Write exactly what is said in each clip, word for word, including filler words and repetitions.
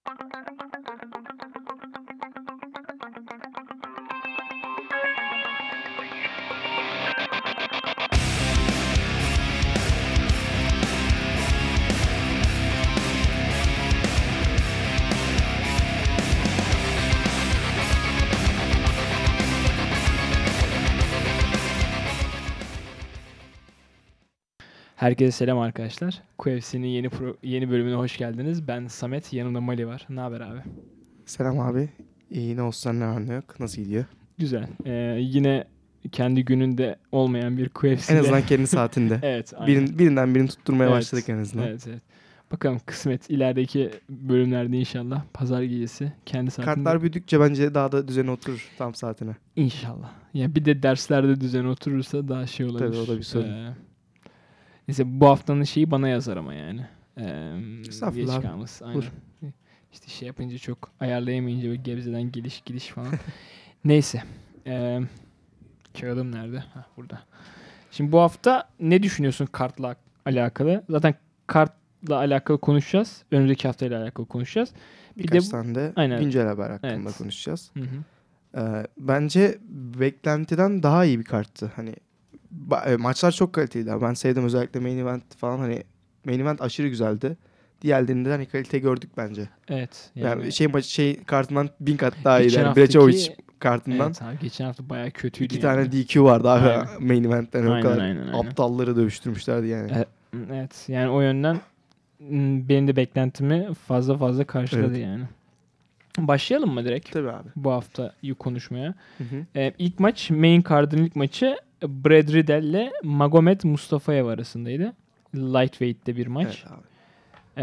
Herkese selam arkadaşlar. Q F C'nin yeni pro- yeni bölümüne hoş geldiniz. Ben Samet, yanımda Mali var. Ne haber abi? Selam abi. İyi, ne olsun, ne var ne yok. Nasıl gidiyor? Güzel. Ee, yine kendi gününde olmayan bir Q F C'de. En azından kendi saatinde. Evet. Aynen. Birin, birinden birini tutturmaya Evet, başladık en azından. Evet, evet. Bakalım kısmet ilerideki bölümlerde inşallah pazar gecesi kendi saatinde. Kartlar büyüdükçe bence daha da düzene oturur tam saatine. İnşallah. Ya bir de derslerde düzen oturursa daha şey olabilir. Tabii, o da bir sorun. Ee, neyse bu haftanın şeyi bana yazar ama yani. Ee, Estağfurullah geç abi. kalması. Aynen. Buyur. İşte şey yapınca çok ayarlayamayınca böyle Gebze'den geliş gidiş falan. Neyse. Ee, kağıdım nerede? Hah, burada. Şimdi bu hafta ne düşünüyorsun kartla alakalı? Zaten kartla alakalı konuşacağız. Önümüzdeki haftayla alakalı konuşacağız. Bir Birkaç de, tane de aynen. güncel haber hakkında Evet. konuşacağız. Hı hı. Ee, bence beklentiden daha iyi bir karttı. Hani ba- e, maçlar çok kaliteliydi. Ben sevdim, özellikle main event falan, hani main event aşırı güzeldi. Diğerlerinde de hani kalite gördük bence. Evet. Yani, Yani şey maçı şey kartından bin kat daha iyi. geçen Yani haftaki- Brechovic kartından. Evet abi, geçen hafta bayağı kötüydü. İki yani. tane D Q vardı abi Aynen. main event'ten. Aynen, O kadar aynen, aynen. aptalları dövüştürmüşlerdi yani. Evet, evet. Yani o yönden m, benim de beklentimi fazla fazla karşıladı Evet. yani. Başlayalım mı direkt? Tabii abi. Bu haftayı konuşmaya. Hı hı. Ee, ilk maç, main card'ın ilk maçı Brad Riddell ile Magomed Mustafayev arasındaydı. Lightweight'te bir maç. Evet abi. Ee,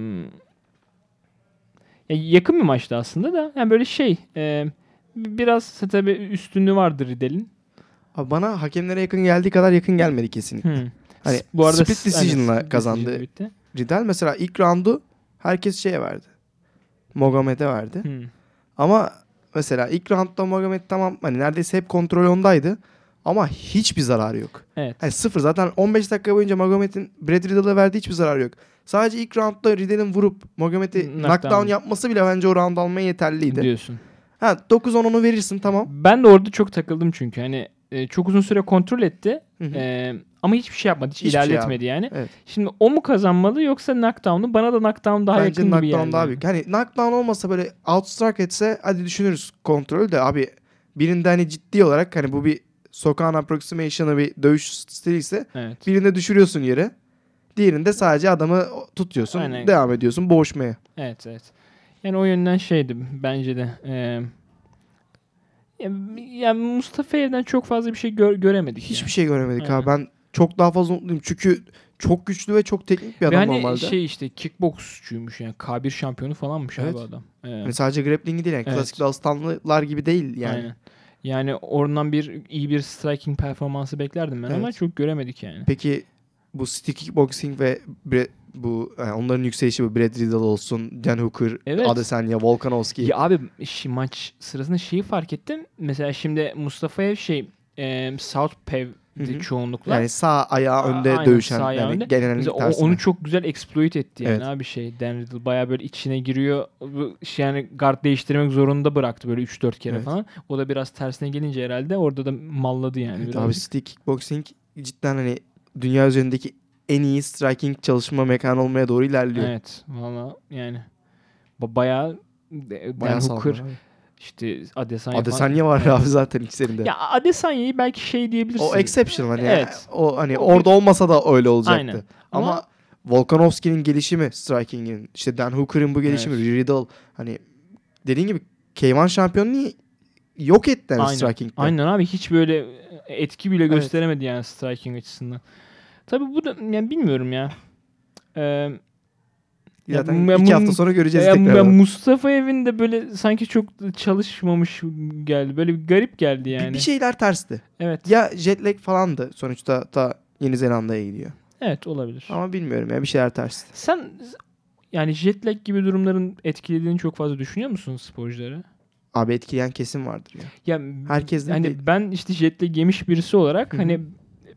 ya yakın bir maçtı aslında da. Yani böyle şey, e, biraz tabii üstünlüğü vardı Riddell'in. Abi bana hakemlere yakın geldiği kadar yakın gelmedi kesinlikle. Hmm. Hani Bu arada split decision'la aynen, split kazandı. decision'la bitti. Riddell mesela ilk roundu herkes şeye verdi. Mogomed'e verdi. Hmm. Ama mesela ilk roundda Mogomed tamam hani neredeyse hep kontrol ondaydı. Ama hiçbir zararı yok. Evet. Hani sıfır, zaten on beş dakika boyunca Mogomed'in Brad Riddell'a verdiği hiçbir zararı yok. Sadece ilk roundda Riddell'in vurup Mogomed'i Knockdown. knockdown yapması bile bence o round almaya yeterliydi. Diyorsun. Ha dokuz on onu verirsin, tamam. Ben de orada çok takıldım çünkü hani e, çok uzun süre kontrol etti. Hı hı. E, ama hiçbir şey yapmadı. Hiç Hiçbir şey ilerletmedi yani. Evet. Şimdi o mu kazanmalı yoksa knockdown'u? Bana da knockdown daha Bence yakın gibi knockdown geldi. daha büyük. Hani knockdown olmasa, böyle outstruck etse hadi düşünürüz kontrolü de abi, birinde hani ciddi olarak hani bu bir sokağın approximation'ı bir dövüş stili ise Evet. birinde düşürüyorsun yere. Diğerinde sadece adamı tutuyorsun. Aynen. Devam ediyorsun boğuşmaya. Evet, evet. Yani o yönden şeydi bence de. E, ya, ya Mustafa'dan çok fazla bir şey gör, göremedik. Hiçbir yani. şey göremedik Aynen. abi. Ben çok daha fazla umutluyum. Çünkü çok güçlü ve çok teknik bir Ve adam hani normalde. şey işte kickboksçuymuş yani. K bir şampiyonu falanmış Evet. abi adam. E, Hani sadece grappling'i değil yani. Evet. Klasik Dağıstanlılar gibi değil yani. Aynen. Yani oradan bir iyi bir striking performansı beklerdim ben Evet. ama çok göremedik yani. Peki bu stick kickboxing ve bre- bu yani onların yükselişi, bu Brad Riddell olsun, Dan Hooker, Evet. Adesanya, Volkanovski. Ya abi şi, maç sırasında şeyi fark ettim. Mesela şimdi Mustafa'ya şey e, Southpaw'di Hı hı. çoğunlukla. Yani sağ ayağı A- önde aynen, dövüşen, sağ ayağı yani önde. geleneğin Mesela o- tersine. onu çok güzel exploit etti yani Evet. abi şey Dan Riddle bayağı böyle içine giriyor. Bu şey yani guard değiştirmek zorunda bıraktı böyle üç dört kere Evet. falan. O da biraz tersine gelince herhalde orada da malladı yani Evet biraz. abi, stick kickboxing cidden hani dünya üzerindeki en iyi striking çalışma mekanı olmaya doğru ilerliyor. Evet valla yani ba- bayağı Dan Bayağı Hooker sağlam abi. işte Adesanya, Adesanya var Evet. abi zaten ikisinde. Ya Adesanya'yı belki şey diyebilirsin. O exception hani. Evet. O hani O orada bir- olmasa da öyle olacaktı. Aynen. Ama, Ama- Volkanovski'nin gelişimi, striking'in, işte Dan Hooker'ın bu gelişimi, Evet. Riddle, hani dediğin gibi K bir şampiyonluğu yok etti yani Aynen. striking'de. Aynen abi hiç böyle etki bile Evet. gösteremedi yani striking açısından. Tabii bu da yani bilmiyorum ya. Ee, Zaten ya, iki ya, hafta sonra göreceğiz ya, tekrar. ya Mustafa Evin de böyle sanki çok çalışmamış geldi. Böyle bir garip geldi yani. Bir, bir şeyler tersti. Evet. Ya jet lag falandı. Sonuçta ta Yeni Zelanda'ya gidiyor. Evet olabilir. Ama bilmiyorum ya, bir şeyler tersti. Sen yani jet lag gibi durumların etkilediğini çok fazla düşünüyor musun sporcuları? Abi etkileyen kesim vardır ya. Ya Herkes de hani değil. ben işte jet lag yemiş birisi olarak Hı hı. hani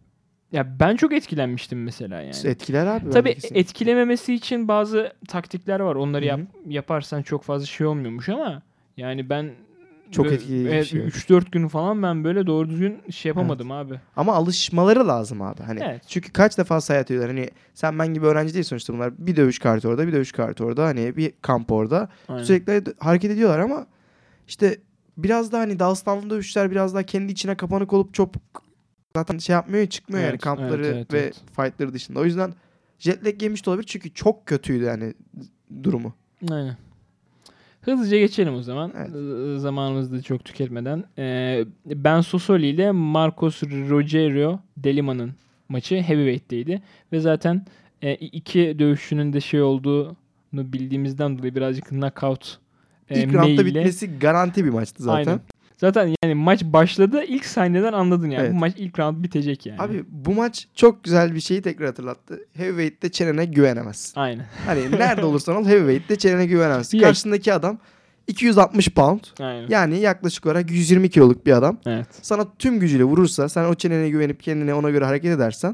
Ya ben çok etkilenmiştim mesela yani. Etkiler abi. Tabii kesinlikle. etkilememesi için bazı taktikler var. Onları yap, Hı-hı. yaparsan çok fazla şey olmuyormuş ama yani ben Çok etkileyici bir şey. üç dört gün falan ben böyle doğru düzgün şey yapamadım Evet. abi. Ama alışmaları lazım abi. Hani Evet. çünkü kaç defa seyahat ediyorlar. Hani sen ben gibi öğrenci değil sonuçta bunlar. Bir dövüş kartı orada, bir dövüş kartı orada. Hani bir kamp orada. Aynen. Sürekli hareket ediyorlar ama işte biraz daha hani Dağıstanlı dövüşler biraz daha kendi içine kapanık olup çok zaten şey yapmıyor, çıkmıyor Evet, yani kampları evet, evet, ve evet. fightları dışında. O yüzden jet lag yemiş de olabilir çünkü çok kötüydü yani durumu. Aynen. Hızlıca geçelim o zaman. Evet. Z- Zamanımızı da çok tüketmeden. Ee, Ben Sosoli ile Marcos Rogerio de Lima'nın maçı heavyweight'teydi. Ve zaten e, iki dövüşçünün de şey olduğunu bildiğimizden dolayı birazcık knockout e, İlk roundda maille. bitmesi garanti bir maçtı zaten. Aynen. Zaten yani maç başladı. İlk saniyeden anladın yani. Evet. Bu maç ilk round bitecek yani. Abi bu maç çok güzel bir şeyi tekrar hatırlattı. Heavyweight'te çenene güvenemezsin. Aynen. Hani nerede olursan ol heavyweight'te çenene güvenemezsin. Ya- Karşısındaki adam iki yüz altmış pound. Aynen. Yani yaklaşık olarak yüz yirmi kiloluk bir adam. Evet. Sana tüm gücüyle vurursa, sen o çenene güvenip kendine ona göre hareket edersen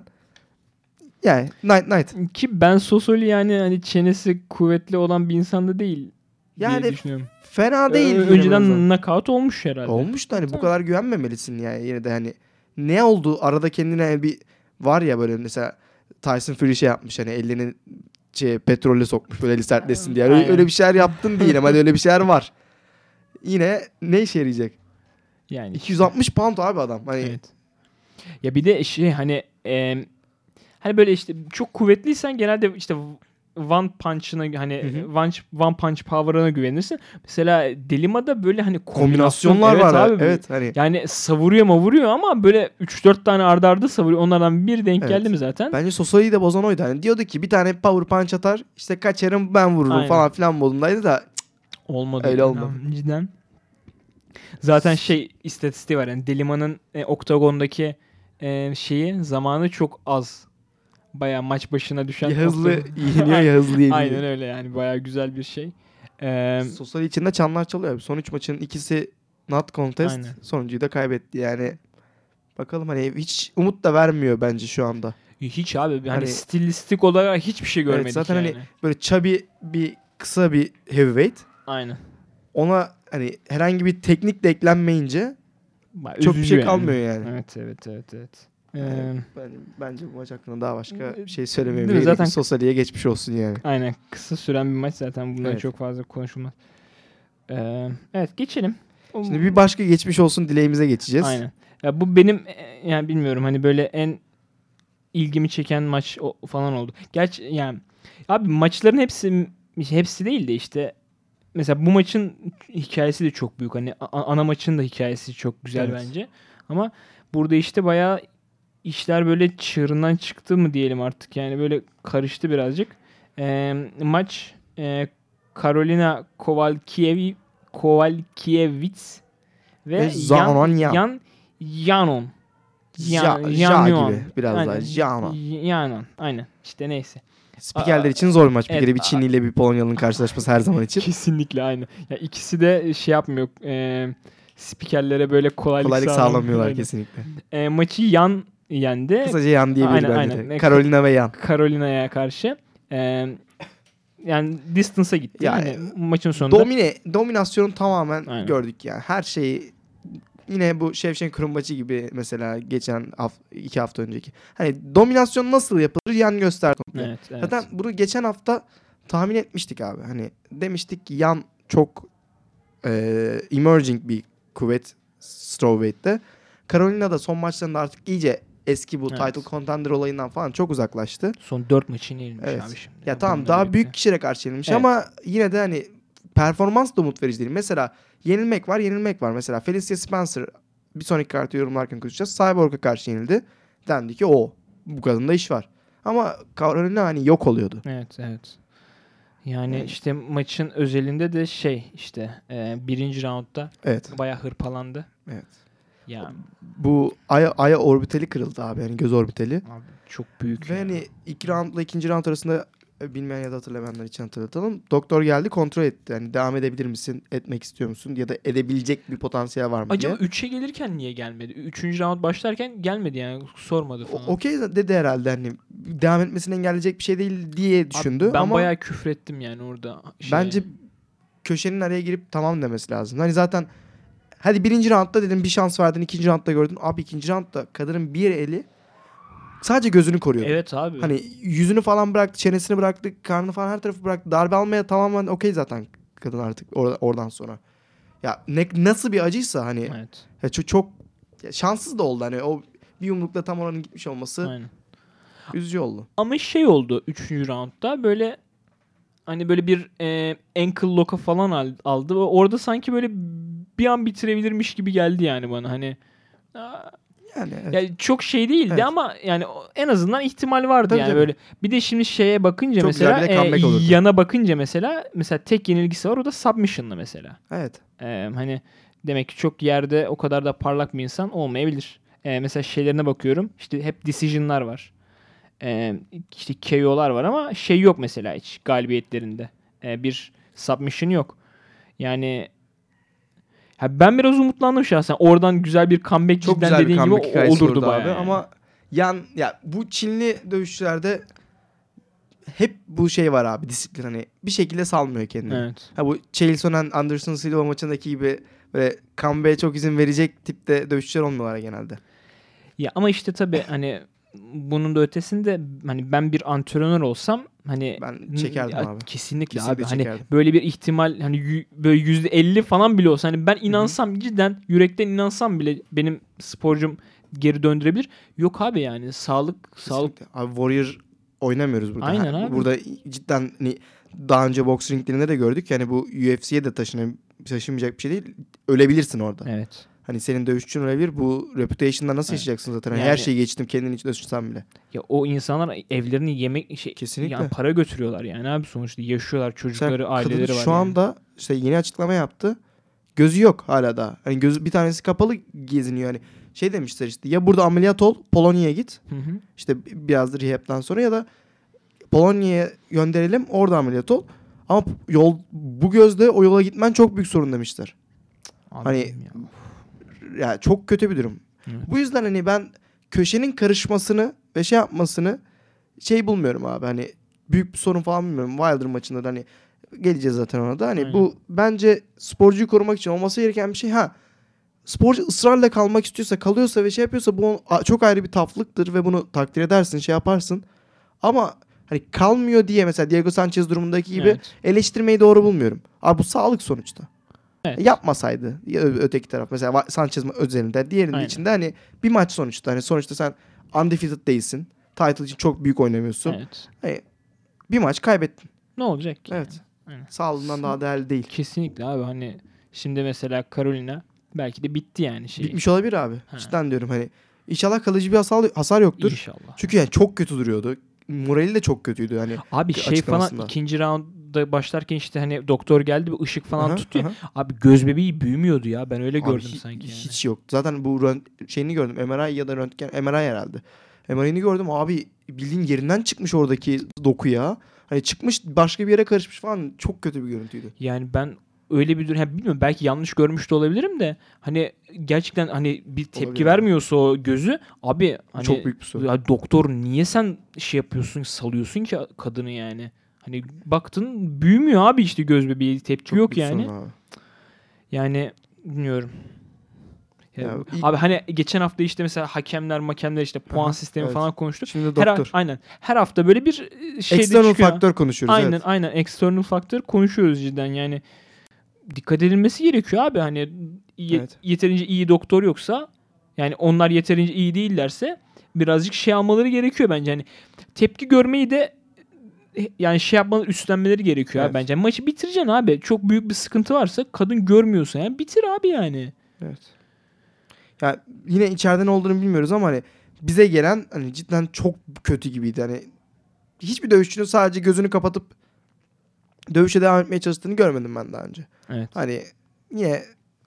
yani night night. Ki Ben Sosoli yani hani çenesi kuvvetli olan bir insan da değil diye Yani düşünüyorum. fena değil. Ö- yine en azından. Önceden knockout olmuş herhalde. Olmuş da hani bu Tamam. kadar güvenmemelisin yani yine de hani ne oldu arada kendine bir var ya böyle mesela Tyson Fury şey yapmış hani elini şey, petrolle sokmuş böyle eli sertleşsin diye. Öyle, Aynen. öyle bir şeyler yaptın değil ama öyle bir şeyler var. Yine ne işe yarayacak? Yani iki yüz altmış pound abi adam. Hani evet. Ya bir de şey hani e, hani böyle işte çok kuvvetliysen genelde işte one punch'ına hani Hı hı. one, one punch power'ına güvenirsin. Mesela Delima'da böyle hani kombinasyon, kombinasyonlar evet var. abi. Evet hani. Yani savuruyor ma vuruyor ama böyle üç dört tane arda arda savuruyor. Onlardan bir denk Evet. geldi mi zaten? Bence Sosoli'yi de bozan oydu. Hani diyordu ki bir tane power punch atar işte kaçarım ben vururum Aynen. falan filan modundaydı da Olmadı. öyle yani. olmadı. Cidden. Zaten şey istatistiği var yani Delima'nın e, oktagondaki e, şeyi zamanı çok az. Bayağı maç başına düşen ya hızlı oktagon- yeniyor ya hızlı yeniliyor. Aynen öyle yani bayağı güzel bir şey. Ee, Sosoli içinde çanlar çalıyor abi. Son üç maçın ikisi not contest. Aynen. Sonuncuyu da kaybetti yani. Bakalım hani hiç umut da vermiyor bence şu anda. hiç abi hani, Hani- stilistik olarak hiçbir şey görmedik Evet zaten yani. hani böyle chubby bir kısa bir heavyweight. Aynen. Ona hani herhangi bir teknik de eklenmeyince Bayağı çok bir üzücü şey yani. kalmıyor yani. Evet evet evet evet. Ee, Yani ben, bence bu maç hakkında daha başka bir şey Değil mi? söylemeye gerek Zaten- yok. Sosali'ye geçmiş olsun yani. aynen kısa süren bir maç zaten bundan Evet. çok fazla konuşulmaz. Ee, evet geçelim. O- Şimdi bir başka geçmiş olsun dileğimize geçeceğiz. Aynen. Ya bu benim e, yani bilmiyorum hani böyle en ilgimi çeken maç o, falan oldu. Gerçi yani abi maçların hepsi hepsi değil de işte mesela bu maçın hikayesi de çok büyük. Hani a- ana maçın da hikayesi çok güzel Evet. bence. Ama burada işte bayağı işler böyle çığırından çıktı mı diyelim artık. Yani böyle karıştı birazcık. Ee, maç e, Karolina Kovalkiyev Kovalkiewicz ve, Ve Yan Zanon Yan. Yan Yanon. Ja, Yan, ja Yanyon. gibi biraz Aynen. daha. Janon. Yanon. Aynen. İşte neyse. Spikerler Aa, için zor bir maç. Bir evet, kere bir aa. Çinli ile bir Polonyalı'nın karşılaşması her zaman için. Kesinlikle aynı. Ya ikisi de şey yapmıyor. E, spikerlere böyle kolaylık, Kolaylık sağlamıyor. sağlamıyorlar Aynen. kesinlikle. E, maçı Yan yendi. Kısaca Yan diyebilir Aynen, bence aynen. de. Carolina ve Yan. Carolina'ya karşı. E, yani distance'a gitti. Ya, Yani maçın sonunda. Domine, dominasyonu tamamen Aynen. gördük yani. Her şeyi yine bu Shevchenko'nun maçı gibi mesela geçen hafta, iki hafta önceki. Hani dominasyon nasıl yapılır Yan gösterdi. Evet, evet. Zaten bunu geçen hafta tahmin etmiştik abi. Hani demiştik ki Yan çok e, emerging bir kuvvet strawweight'te. Carolina da son maçlarında artık iyice eski bu Evet. title contender olayından falan çok uzaklaştı. Son dört maçını yenilmiş Evet. abi şimdi. Ya tamam Bununla daha birlikte. büyük kişilere karşı yenilmiş Evet. ama yine de hani performans da umut verici değil. Mesela yenilmek var, yenilmek var. Mesela Felicia Spencer bir sonraki kartı yorumlarken konuşacağız. Cyborg'a karşı yenildi. Dendi ki o bu kadında iş var. Ama Carolina hani yok oluyordu. Evet, evet. Yani Yani. işte maçın özelinde de şey işte e, birinci roundda Evet. bayağı hırpalandı. Evet. Ya Bu aya, aya orbitali kırıldı abi. Yani göz orbitali. abi çok büyük. Ve ya. hani ilk roundla ikinci round arasında bilmeyen ya da hatırlamayanlar için hatırlatalım. Doktor geldi, kontrol etti. Yani devam edebilir misin? Etmek istiyor musun? Ya da edebilecek bir potansiyel var mı Acaba diye. üçe gelirken niye gelmedi? Üçüncü round başlarken gelmedi yani. Sormadı falan. O- Okey dedi herhalde, hani devam etmesini engelleyecek bir şey değil diye düşündü. Abi ben ama bayağı küfrettim yani orada. Şeye. bence köşenin araya girip tamam demesi lazım. Hani zaten hadi birinci roundda dedim bir şans verdin, ikinci roundda gördün. Abi ikinci roundda kadının bir eli sadece gözünü koruyordu. Evet abi. Hani yüzünü falan bıraktı, çenesini bıraktı, karnını falan her tarafı bıraktı. Darbe almaya tamamen okey zaten kadın artık or- oradan sonra. Ya ne, nasıl bir acıysa hani Evet. ya çok, çok ya şanssız da oldu hani o bir yumrukla tam oranın gitmiş olması Aynen. üzücü oldu. Ama şey oldu üçüncü roundda böyle hani böyle bir e, ankle lock'a falan al- aldı. Ve orada sanki böyle bir an bitirebilirmiş gibi geldi yani bana. Hani aa, Yani evet. yani çok şey değildi Evet. ama yani o- en azından ihtimal vardı Tabii, yani tabii. böyle. Bir de şimdi şeye bakınca Çok güzel mesela bir de comeback e, olurdu. yana bakınca mesela mesela tek yenilgisi var, o da submission'la mesela. Evet. E, hani demek ki çok yerde o kadar da parlak bir insan olmayabilir. E, mesela şeylerine bakıyorum. İşte hep decision'lar var. E, işte K O'lar var ama şey yok mesela hiç galibiyetlerinde. E, bir submission yok. Yani ha ben biraz umutlandım şahsen. Oradan güzel bir comeback Çok cidden güzel bir dediğin gibi comeback o- hikayesi olurdu olurdu bayağı abi yani. ama yan ya bu Çinli dövüşçülerde hep bu şey var abi, disiplin, hani bir şekilde salmıyor kendini. Evet. Ha bu Chael Sonnen Anderson Silva maçındaki gibi böyle comeback'e çok izin verecek tipte dövüşçüler olmuyorlar genelde. Ya ama işte tabii hani bunun da ötesinde hani ben bir antrenör olsam hani Ben çekerdim ya abi. kesinlikle, Kesinlikle abi hani çekerdim. böyle bir ihtimal hani yü- böyle yüzde elli falan bile olsa hani ben hı. inansam cidden yürekten inansam bile benim sporcum geri döndürebilir. Yok abi yani sağlık sağlık Kesinlikle. Abi Warrior oynamıyoruz burada. Aynen Ha, abi. burada cidden hani daha önce boks ringlerinde de gördük. Yani bu U F C'ye de taşınan, taşınmayacak bir şey değil. Ölebilirsin orada. evet. Hani senin dövüşçün ölebilir. Bu reputation'da nasıl Evet. yaşayacaksın zaten? Hani Yani- her şeyi geçtim, kendin için dövüşsen bile. Ya o insanlar evlerini yemek şey Kesinlikle. yani para götürüyorlar yani abi sonuçta yaşıyorlar, çocukları, Mesela aileleri kadın var şu yani. anda işte yeni açıklama yaptı. Gözü yok hala da. Hani gözü bir tanesi kapalı geziniyor. Hani şey demişler işte, ya burada ameliyat ol, Polonya'ya git. Hı hı. İşte biraz da rehab'dan sonra, ya da Polonya'ya gönderelim, orada ameliyat ol. Ama yol bu gözle o yola gitmen çok büyük sorun demişler. Abi Hani ya. ya çok kötü bir durum. Evet. Bu yüzden hani ben köşenin karışmasını ve şey yapmasını şey bulmuyorum abi. Hani büyük bir sorun falan bilmiyorum. Wilder maçında da hani geleceğiz zaten ona da. Hani Aynen. bu bence sporcuyu korumak için olması gereken bir şey. Ha, sporcu ısrarla kalmak istiyorsa, kalıyorsa ve şey yapıyorsa bu a- çok ayrı bir taflıktır ve bunu takdir edersin, şey yaparsın. Ama hani kalmıyor diye mesela Diego Sanchez durumundaki gibi Evet. eleştirmeyi doğru bulmuyorum. Abi bu sağlık sonuçta. Evet. Yapmasaydı ya ö- öteki taraf mesela Va- Sanchez özelinde, diğerinin Aynen. içinde hani bir maç sonuçta. Hani sonuçta sen undefeated değilsin. Title için çok büyük oynamıyorsun. Evet. Hani bir maç kaybettin. Ne olacak ki? Evet. Yani? Aynen. Sağlığından daha değerli değil. Kesinlikle abi hani şimdi mesela Carolina belki de bitti yani şey. Bitmiş olabilir abi. Ha. Cidden diyorum hani. İnşallah kalıcı bir hasar, hasar yoktur. İnşallah. Çünkü yani çok kötü duruyordu. Morali de çok kötüydü hani. Abi şey falan açıklamasında. ikinci roundda başlarken işte hani doktor geldi bir ışık falan Aha, tutuyor. aha. Abi göz bebeği büyümüyordu ya. Ben öyle Abi gördüm hi- sanki yani. Hiç yok. Zaten bu rönt- şeyini gördüm. M R I ya da röntgen. M R I herhalde. M R I'ni gördüm. Abi bildiğin yerinden çıkmış oradaki doku ya. Hani çıkmış başka bir yere karışmış falan. Çok kötü bir görüntüydü. Yani ben öyle bir durum yani bilmiyorum, belki yanlış görmüş de olabilirim de hani gerçekten hani bir tepki Olabilir vermiyorsa o gözü abi hani Çok büyük bir sorun. ya doktor niye sen şey yapıyorsun, salıyorsun ki kadını yani. Hani baktın büyümüyor abi işte göz bebeği, tepki Çok yok büyük yani. sorun abi. Yani bilmiyorum. Ya, Ya ilk- abi hani geçen hafta işte mesela hakemler, makemler işte puan Aha, sistemi evet. falan konuştuk. Şimdi Her, doktor. aynen. Her hafta böyle bir şey de External çıkıyor. faktör konuşuyoruz. Aynen Evet. aynen external faktör konuşuyoruz cidden yani. Dikkat edilmesi gerekiyor abi hani ye- Evet. yeterince iyi doktor yoksa yani onlar yeterince iyi değillerse birazcık şey almaları gerekiyor bence hani tepki görmeyi de yani şey yapmaları, üstlenmeleri gerekiyor Evet. abi bence. Maçı bitireceksin abi. Çok büyük bir sıkıntı varsa kadın görmüyorsa yani bitir abi yani. Evet. Ya yine içeriden olduğunu bilmiyoruz ama hani bize gelen hani cidden çok kötü gibiydi. Hani hiçbir dövüşçünün sadece gözünü kapatıp dövüşe devam etmeye çalıştığını görmedim ben daha önce. Evet. Hani niye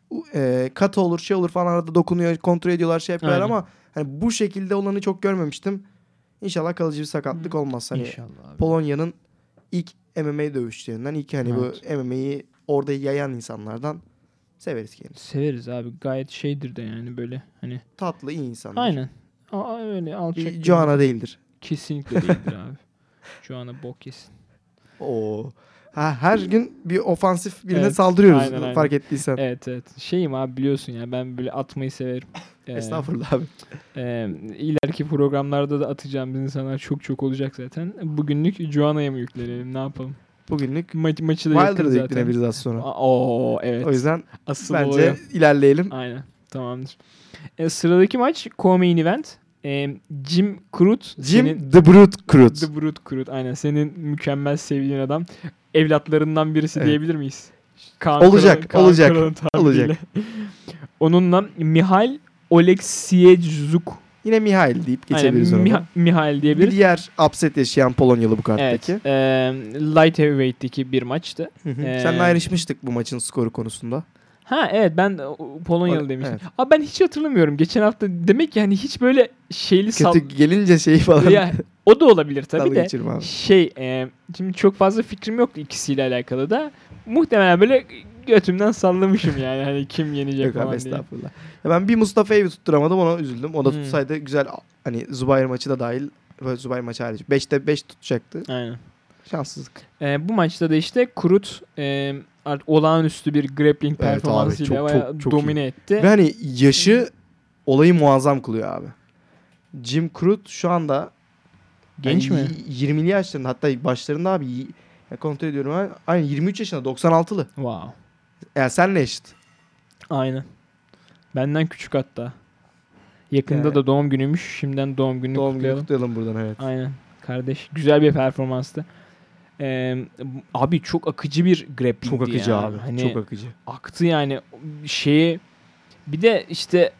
e, katı olur, şey olur falan, arada dokunuyor, kontrol ediyorlar, şey yapıyorlar Aynen. ama hani bu şekilde olanı çok görmemiştim. İnşallah kalıcı bir sakatlık olmaz. Hani İnşallah abi. Polonya'nın ilk M M A dövüşçülerinden, ilk hani Evet. bu M M A'yi orada yayan insanlardan severiz kendisi. Severiz abi. Gayet şeydir de yani böyle hani. Tatlı, iyi insanlar. Aynen. Aa, öyle alçak. Bir gönüllü. Joanna değildir. Kesinlikle değildir abi. Joanna bok yesin. Oo. Ha, her gün bir ofansif birine Evet, saldırıyoruz aynen, aynen. fark ettiysen. Evet evet. Şeyim abi biliyorsun ya ben böyle atmayı severim. Ee, Estağfurullah abi. e, ileriki programlarda da atacağım insanlar çok çok olacak zaten. Bugünlük Joanna'ya mı yüklenelim ne yapalım? Bugünlük Ma- maçı da yakın Wilder'da zaten. yüklenebiliriz az sonra. Aa, Oo evet. O yüzden asıl bence oluyor. ilerleyelim. Aynen. Tamamdır. E, sıradaki maç co-main event. E, Jim Crute. Jim senin, The Brute Crute. The Brute Crute. Aynen. Senin mükemmel sevdiğin adam. Evlatlarından birisi Evet. diyebilir miyiz? Kaan Olacak, Kural'ın- Kaan olacak, Kural'ın tabiriyle. olacak. Onunla Mihail Oleksiejczuk. Yine Mihail deyip geçebiliriz Aynen, onu. Miha- Mihail Bir diyebiliriz. diğer upset yaşayan Polonyalı bu Evet. karttaki. E, light heavyweight'teki bir maçtı. Hı hı. Ee, Seninle ayrışmıştık bu maçın skoru konusunda. Ha evet ben de Polonyalı O- demiştim. evet. Abi ben hiç hatırlamıyorum. Geçen hafta demek ki hani hiç böyle şeyli sal... Kötü gelince şey falan. Ya, o da olabilir tabii Dalga de. geçirme abi. Şey e, şimdi çok fazla fikrim yoktu ikisiyle alakalı da. Muhtemelen böyle götümden sallamışım yani hani kim yenecek Yok abi falan diye. estağfurullah. Ya ben bir Mustafa'yı tutturamadım, ona üzüldüm. O da Hmm. tutsaydı güzel, hani Zubair maçı da dahil. Böyle Zubair maçı hariç. beşte beş tutacaktı. Aynen. Şanssızlık. E, bu maçta da işte Kurut e, art- olağanüstü bir grappling Evet abi, performansıyla çok- bayağı çok- çok domine etti. Ve hani yaşı olayı muazzam kılıyor abi. Jim Crute şu anda Genç yani mi? y- yirmili yaşlarında, hatta başlarında abi, y- ya kontrol ediyorum ben. Aynen yirmi üç yaşında, doksan altılı. Wow. Yani senle eşit. Aynen. Benden küçük hatta. Yakında Yani- da doğum günüymüş. Şimdiden doğum gününü Doğum günü kutlayalım. kutlayalım buradan, evet. Aynen. Kardeş. Güzel bir performanstı. Ee, abi çok akıcı bir grappling'di Çok akıcı ya. abi. Hani Çok akıcı. aktı yani şeyi. Bir de işte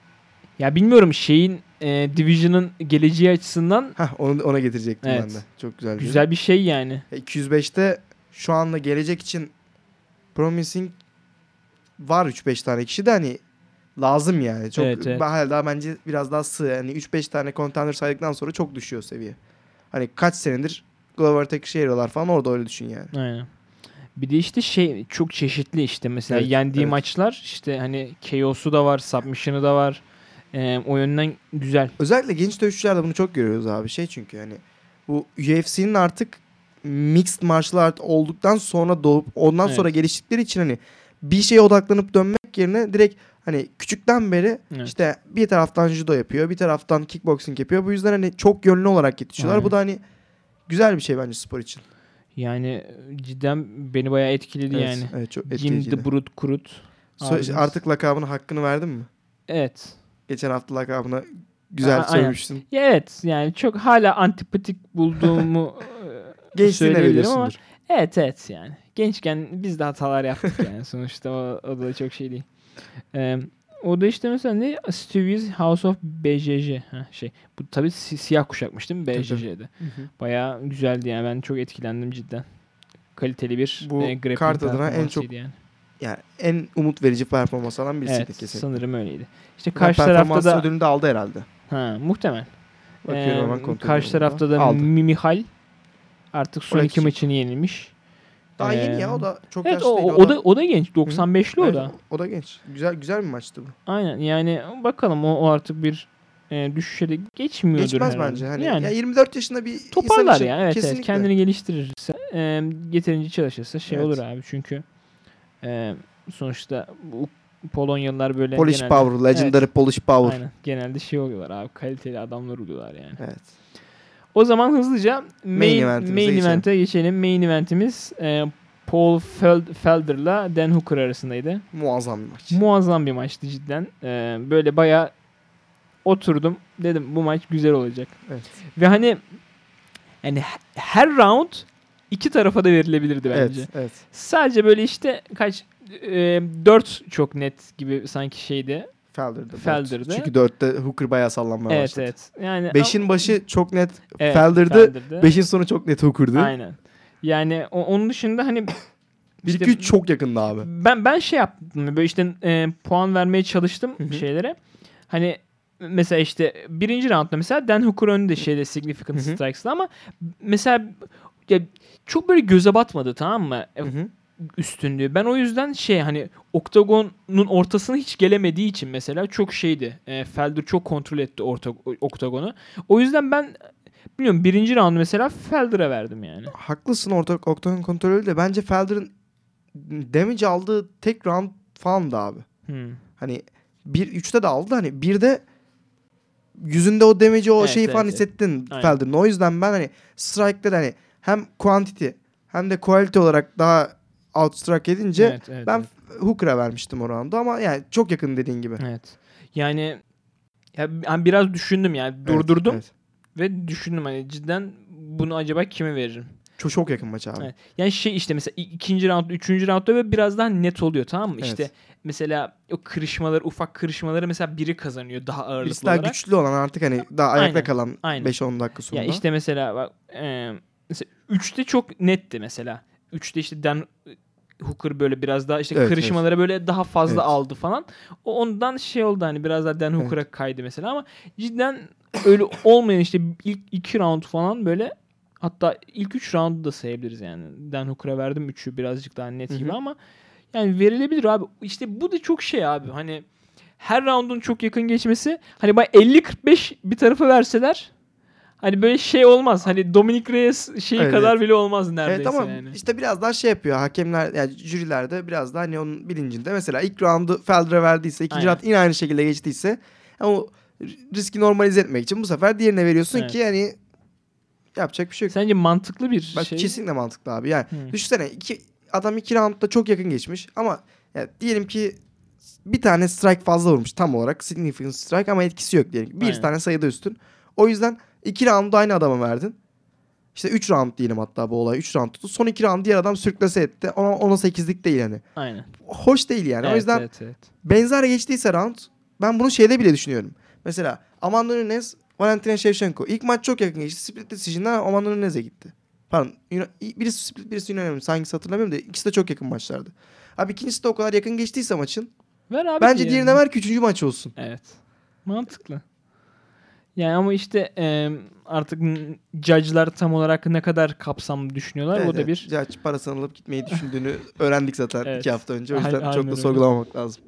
ya bilmiyorum şeyin e, Division'ın geleceği açısından Hah, onu ona getirecektim Evet. ben de. Çok güzel. bir- güzel bir şey yani. Ya iki yüz beşte şu anda gelecek için promising var üç beş tane kişi de hani lazım yani. Çok Evet, evet. hala daha bence biraz daha sığ. Yani üç beş tane contender saydıktan sonra çok düşüyor seviye. Hani kaç senedir Glover Teixeira'lar falan orada, öyle düşün yani. Aynen. Bir de işte şey çok çeşitli işte mesela Evet, yendiği evet. maçlar işte hani K O'su da var, submission'ı da var. Ee, o yönden güzel. Özellikle genç dövüşçülerde bunu çok görüyoruz abi. Şey, çünkü hani bu U F C'nin artık mixed martial art olduktan sonra doğup ondan Evet. sonra geliştikleri için hani bir şeye odaklanıp dönmek yerine direkt hani küçükten beri Evet. işte bir taraftan judo yapıyor, bir taraftan kickboxing yapıyor. Bu yüzden hani çok yönlü olarak yetişiyorlar. Aynen. Bu da hani güzel bir şey bence spor için. Yani cidden beni bayağı etkiledi Evet, yani. evet, çok Jim etkileyiciydi. the Brute Kurut. So- abimiz. artık lakabının hakkını verdin mi? Evet. Geçen hafta lakabına güzel A- aynen. sövmüştün. Ya evet yani çok hala antipatik bulduğumu e, Gençliğine söyleyebilirim ama veriyorsundur. evet evet yani. Gençken biz de hatalar yaptık yani sonuçta o, o da çok şey değil. Ee, o da işte mesela ne? Stevie's House of B J J. Ha, şey. Bu tabii si- siyah kuşakmış değil mi B J J'de? Bayağı güzeldi yani. Ben çok etkilendim cidden. Kaliteli bir Bu e, grappling kart adına en performansıydı çok yani. Yani en umut verici performans alan birisiydi Evet kesinlikle. sanırım öyleydi. İşte Karşı karşı tarafta performans da ödülünü de aldı herhalde. ha, muhtemel. Bakıyorum Ee, hemen kontrol karşı ediyorum tarafta burada. da Aldı. Mi- Mihal artık son Oraki. iki maçını yenilmiş. Daha Ee, yeni ya, o da çok Evet yaşlı o, değil. o, da o da genç. doksan beşli o Evet, da. O da genç. Güzel güzel bir maçtı bu. Aynen yani bakalım o, o artık bir e, düşüşe de geçmiyordur Geçmez herhalde. bence. Hani yani ya yirmi dört yaşında bir insan toparlar için yani evet, evet kesinlikle. kendini geliştirirse e, yeterince çalışırsa şey Evet. olur abi çünkü e, sonuçta bu Polonyalılar böyle Polish genelde, Power, Legendary evet, Polish Power. aynen genelde şey oluyorlar abi kaliteli adamlar oluyorlar yani. Evet. O zaman hızlıca main, Main main, eventimize event'e geçelim. Main eventimiz e, Paul Feld- Felder'la Dan Hooker arasındaydı. Muazzam bir maç. Muazzam bir maçtı cidden. E, böyle bayağı oturdum. Dedim bu maç güzel olacak. Evet. Ve hani yani her round iki tarafa da verilebilirdi bence. Evet, evet. Sadece böyle işte kaç e, dört çok net gibi sanki şeydi. Felder'dı. Felder'dı. Çünkü dörtte Hooker bayağı sallanmaya Evet başladı. evet. Yani Beşin başı çok net evet, Felder'dı. Felder'dı. Beşin sonu çok net Hooker'dı. Aynen. Yani o- onun dışında hani Bir işte iki üç çok yakındı abi. ben ben şey yaptım. Böyle işte e, puan vermeye çalıştım Hı hı. şeylere. Hani mesela işte birinci roundda mesela Dan Hooker önde şeyde significant Hı hı. strikes'la ama mesela ya çok böyle göze batmadı, tamam mı? Hı hı. Üstünlüğü. Ben o yüzden şey hani oktagonun ortasına hiç gelemediği için mesela çok şeydi. E, Felder çok kontrol etti orta, oktagonu. O yüzden ben bilmiyorum birinci round mesela Felder'a verdim yani. Haklısın orta oktagon kontrolü de bence Felder'ın damage aldığı tek round falandı abi. Hmm. Hani bir üçte de aldı, hani bir de yüzünde o damage'i o Evet, şeyi evet, falan evet. hissettin Aynen. Felder'ın. O yüzden ben hani strike'da da hani hem quantity hem de quality olarak daha outstrike edince Evet, evet, ben evet. Hooker'a vermiştim o roundu ama yani çok yakın dediğin gibi. Evet. Yani ya ben biraz düşündüm yani Evet, durdurdum evet. ve düşündüm hani cidden bunu acaba kime veririm? Çok, çok yakın maç abi. Evet. Yani şey işte mesela i- ikinci round, üçüncü roundda böyle biraz daha net oluyor, tamam mı? Evet. İşte mesela o kırışmaları, ufak kırışmaları mesela biri kazanıyor daha ağırlıklı Birisi daha olarak. güçlü olan artık hani daha ayakta Aynen, kalan aynen. beş on dakika Ya sonunda. işte mesela bak e, mesela üçte çok netti mesela. üçte işte Dan Hooker böyle biraz daha işte Evet, kırışmalara böyle daha fazla Evet. aldı falan. O ondan şey oldu hani biraz daha Dan Hooker'a Evet. kaydı mesela ama cidden öyle olmayan işte ilk iki round falan böyle, hatta ilk üç roundu da sayabiliriz yani. Dan Hooker'a verdim üçü birazcık daha net Hı gibi hı. ama yani verilebilir abi. İşte bu da çok şey abi hani her roundun çok yakın geçmesi, hani bana elli kırk beş bir tarafa verseler hani böyle şey olmaz. Hani Dominic Reyes şeyi Evet, kadar evet. bile olmaz neredeyse Evet ama yani. işte biraz daha şey yapıyor hakemler, yani jüriler de biraz daha hani onun bilincinde. Mesela ilk roundu Felder'a verdiyse, ikinci Aynen. round yine aynı şekilde geçtiyse ama o riski normalize etmek için bu sefer diğerine veriyorsun Evet. ki yani yapacak bir şey yok. Sence mantıklı bir Bak şey mi? kesinlikle mantıklı abi. Yani Hı. düşünsene iki, adam iki roundda çok yakın geçmiş ama ya diyelim ki bir tane strike fazla vurmuş tam olarak. Significant strike ama etkisi yok diyelim ki. Bir Aynen. tane sayıda üstün. O yüzden iki roundu aynı adama verdin. İşte üç round diyelim hatta bu olay. üç round tuttu. Son iki round diğer adam sürklase etti. Ona, ona sekizlik değil yani. Aynen. Hoş değil yani. O Evet, yüzden evet, evet. benzer geçtiyse round, ben bunu şeyde bile düşünüyorum. Mesela Amanda Nunes, Valentina Shevchenko. İlk maç çok yakın geçti. Split decision'dan Amanda Nunes'e gitti. Pardon. Birisi split, birisi unanimous. Hangisi hatırlamıyorum da ikisi de çok yakın maçlardı. Abi ikincisi de o kadar yakın geçtiyse maçın, Ver abi bence diğerini. diğerine ver ki üçüncü maç olsun. Evet. Mantıklı. Yani ama işte e, artık n- judge'lar tam olarak ne kadar kapsamlı düşünüyorlar, Evet, o da evet. bir Judge parasını alıp gitmeyi düşündüğünü öğrendik zaten evet. iki hafta önce. O Aynen, yüzden çok aynen da öyle. sorgulamamak lazım.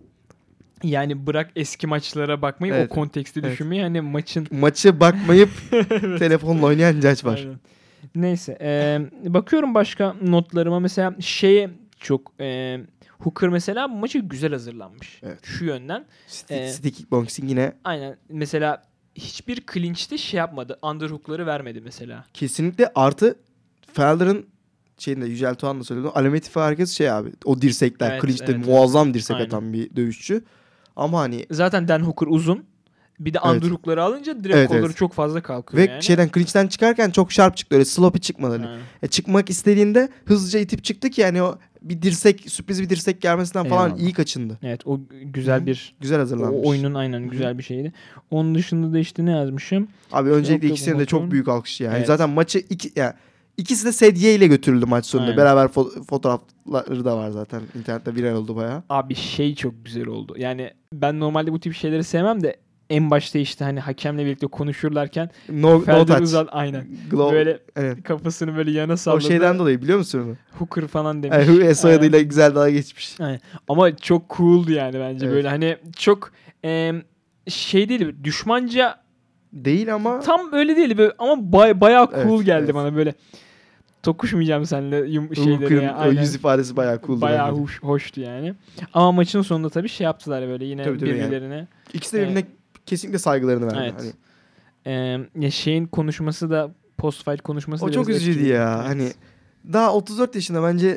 Yani bırak eski maçlara bakmayı, Evet, o konteksti evet. düşünmeyi, hani maçın Maçı bakmayıp evet. telefonla oynayan Judge var. Aynen. Neyse. E, bakıyorum başka notlarıma. Mesela şeye çok e, Hooker mesela bu maçı güzel hazırlanmış. Evet. Şu yönden. Stick, E, stick kickboxing yine aynen. Mesela hiçbir clinch'te şey yapmadı. Underhook'ları vermedi mesela. kesinlikle artı Felder'ın şeyinde Yücel Tuğan da söyledi. Alametife hareketi şey abi. O dirsekler. Evet, Clinch'te evet, muazzam evet. dirsek Aynen. atan bir dövüşçü. Ama hani Zaten Dan Hooker uzun. Bir de evet. underhook'ları alınca direkt Evet, kolları evet. çok fazla kalkıyor Ve yani. şeyden clinch'ten çıkarken çok sharp çıktı. Öyle sloppy çıkmadı. Hani. Aynen. E, çıkmak istediğinde hızlıca itip çıktı ki yani o bir dirsek, sürpriz bir dirsek gelmesinden falan Eyvallah. iyi kaçındı. Evet, o güzel Hı-hı. bir Güzel o hazırlanmış. oyunun aynen Hı-hı. güzel bir şeydi. Onun dışında da işte ne yazmışım? Abi İşte öncelikle Octagon ikisine de çok büyük alkış yani. Evet. Zaten maçı iki yani ikisi de sedye ile götürüldü maç sonunda. Aynen. Beraber fo- fotoğrafları da var zaten. İnternette viral oldu bayağı. Abi şey çok güzel oldu. Yani ben normalde bu tip şeyleri sevmem de en başta işte hani hakemle birlikte konuşurlarken No, no Felder touch. uzat aynen. Glow, Böyle evet. kafasını böyle yana O salladı. şeyden dolayı biliyor musun onu? Hooker falan demiş. Yani, soyadıyla Aynen. güzel dalga geçmiş. Aynen. Ama çok cool'du yani bence Evet. böyle hani çok e, şey değil, düşmanca Değil ama tam öyle değil böyle ama bay, bayağı cool evet, geldi evet. bana böyle. Tokuşmayacağım seninle yum şeyleri Hooker'ın ya. o Aynen. yüz ifadesi bayağı cool'du Bayağı bence de. hoş, hoştu yani. Ama maçın sonunda tabii şey yaptılar böyle yine Tabii, tabii yani. birbirlerine. İkisi de birbirine Ee, kesinlikle saygılarını verdi. Evet. Hani Ee, ya şeyin konuşması da post fight konuşması o da çok biraz üzücüydü etkiledi. ya. Evet. Hani daha otuz dört yaşında bence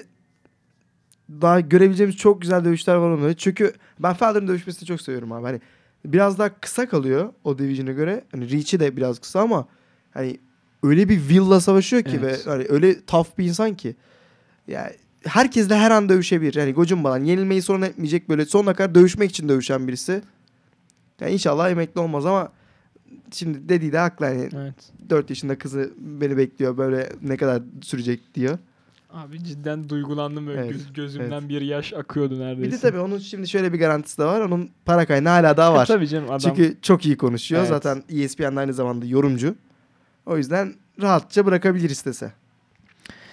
daha görebileceğimiz çok güzel dövüşler var onunla. Çünkü ben Felder'ın dövüşmesini çok seviyorum abi. Hani biraz daha kısa kalıyor o division'a göre. Hani reach'i de biraz kısa ama hani öyle bir will'la savaşıyor ki Evet. ve hani öyle tough bir insan ki. Yani herkesle her an dövüşebilir. Yani gocunmadan yenilmeyi sorun etmeyecek, böyle sonuna kadar dövüşmek için dövüşen birisi. Yani inşallah emekli olmaz ama şimdi dediği de haklı. Yani Evet. dört yaşında kızı beni bekliyor, böyle ne kadar sürecek diyor. Abi cidden duygulandım böyle Evet, göz, gözümden evet. bir yaş akıyordu neredeyse. Bir de tabii onun şimdi şöyle bir garantisi de var. Onun para kaynağı hala daha E, var. tabii canım adam. Çünkü çok iyi konuşuyor. Evet. Zaten E S P N'de aynı zamanda yorumcu. O yüzden rahatça bırakabilir istese.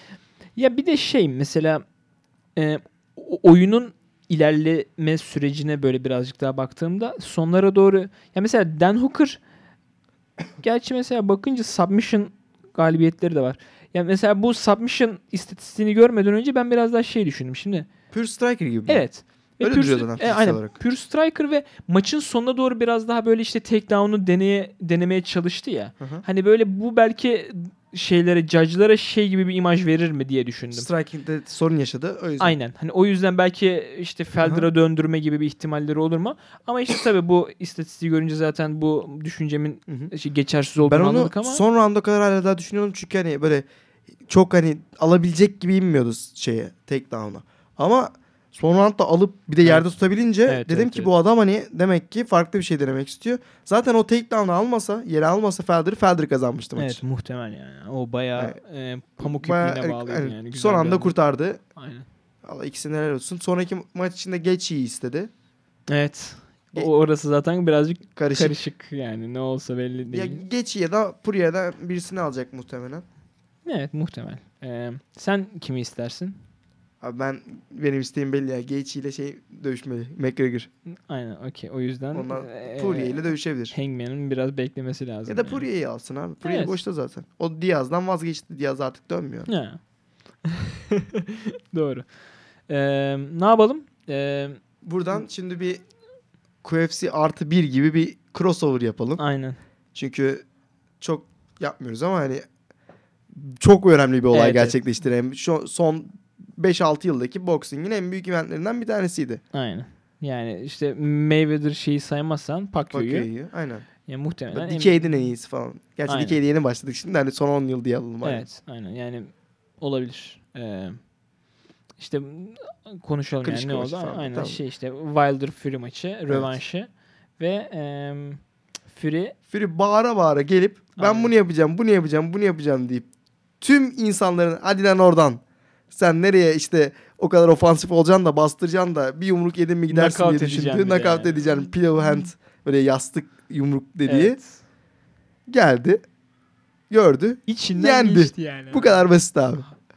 Ya bir de şey mesela e, oyunun ilerleme sürecine böyle birazcık daha baktığımda sonlara doğru ya mesela Dan Hooker gerçi mesela bakınca submission galibiyetleri de var. Ya mesela bu submission istatistiğini görmeden önce ben biraz daha şey düşündüm. Şimdi Pure Striker gibi mi? evet. Ve Öyle Pure, duruyor zaten e, fiziksel aynen, olarak. Pure Striker ve maçın sonuna doğru biraz daha böyle işte takedown'u deneye, denemeye çalıştı ya. Hı hı. Hani böyle bu belki şeylere, judge'lara şey gibi bir imaj verir mi diye düşündüm. Striking'de sorun yaşadı. O yüzden. Aynen. Hani o yüzden belki işte Felder'a döndürme gibi bir ihtimalleri olur mu? Ama işte tabii bu istatistiği görünce zaten bu düşüncemin Hı hı. şey, geçersiz olduğunu Ben onu anladık ama. son rounda kadar hala daha düşünüyorum çünkü hani böyle çok hani alabilecek gibi inmiyordu şeye takedown'a. Ama son roundda alıp bir de yerde Evet. tutabilince Evet, dedim evet, ki evet. bu adam hani demek ki farklı bir şey denemek istiyor. Zaten o takedown'u almasa, yere almasa Felder Felder kazanmıştı maçı. Evet, muhtemel yani. O bayağı e, pamuk Bayağı, ipliğine bağlıydı hani yani. Güzel son bir anda anda. kurtardı. Aynen. Allah ikisine helal olsun. Sonraki maç içinde geç iyi istedi. Evet. O Ge- orası zaten birazcık Karışık. karışık yani. Ne olsa belli Ya değil. geç ya da Puria'da birisini alacak muhtemelen. Evet, muhtemel. Ee, sen kimi istersin? Abi ben benim isteğim belli ya. Gaethje ile şey dövüşmeli. McGregor. Aynen, okey. O yüzden Ondan ee, Poirier ile dövüşebilir. Hangman'ın biraz beklemesi lazım. Ya da yani. Poirier'i alsın abi. Poirier Evet. boşta zaten. O Diaz'dan vazgeçti. Diaz artık dönmüyor. Ha. Doğru. Ee, ne yapalım? Ee, Buradan şimdi bir Q F C artı bir gibi bir crossover yapalım. aynen. Çünkü çok yapmıyoruz ama hani çok önemli bir olay Evet, gerçekleştiren. Şu son beş altı yıldaki boxing'in en büyük eventlerinden bir tanesiydi. Aynen. Yani işte Mayweather şeyi saymazsan Pacquiao'yu. Pacquiao'yu. Aynen. Ya muhtemelen. en- Decade'in en iyisi falan. Gerçi Aynen. Decade'e yeni başladık şimdi. Hani son on yıl diye alalım. Aynen. Evet, aynen. Yani olabilir. Ee, işte konuşalım yani Klitschko ne oldu? maçı falan, Aynen tamam. şey işte Wilder Fury maçı, rövanşı ve em, Fury Fury bağıra bağıra gelip ben Aynen. bunu yapacağım, bunu yapacağım, bunu yapacağım deyip tüm insanların hadi lan oradan. Sen nereye işte o kadar ofansif olacaksın da bastıracaksın da bir yumruk yedin mi gidersin Knockout diye edeceğim düşündüğü. bir de Knockout yani. edeceksin. Pillow hand böyle yastık yumruk dediği evet. geldi. Gördü. İçinden Yendi. geçti yani. Bu kadar basit abi.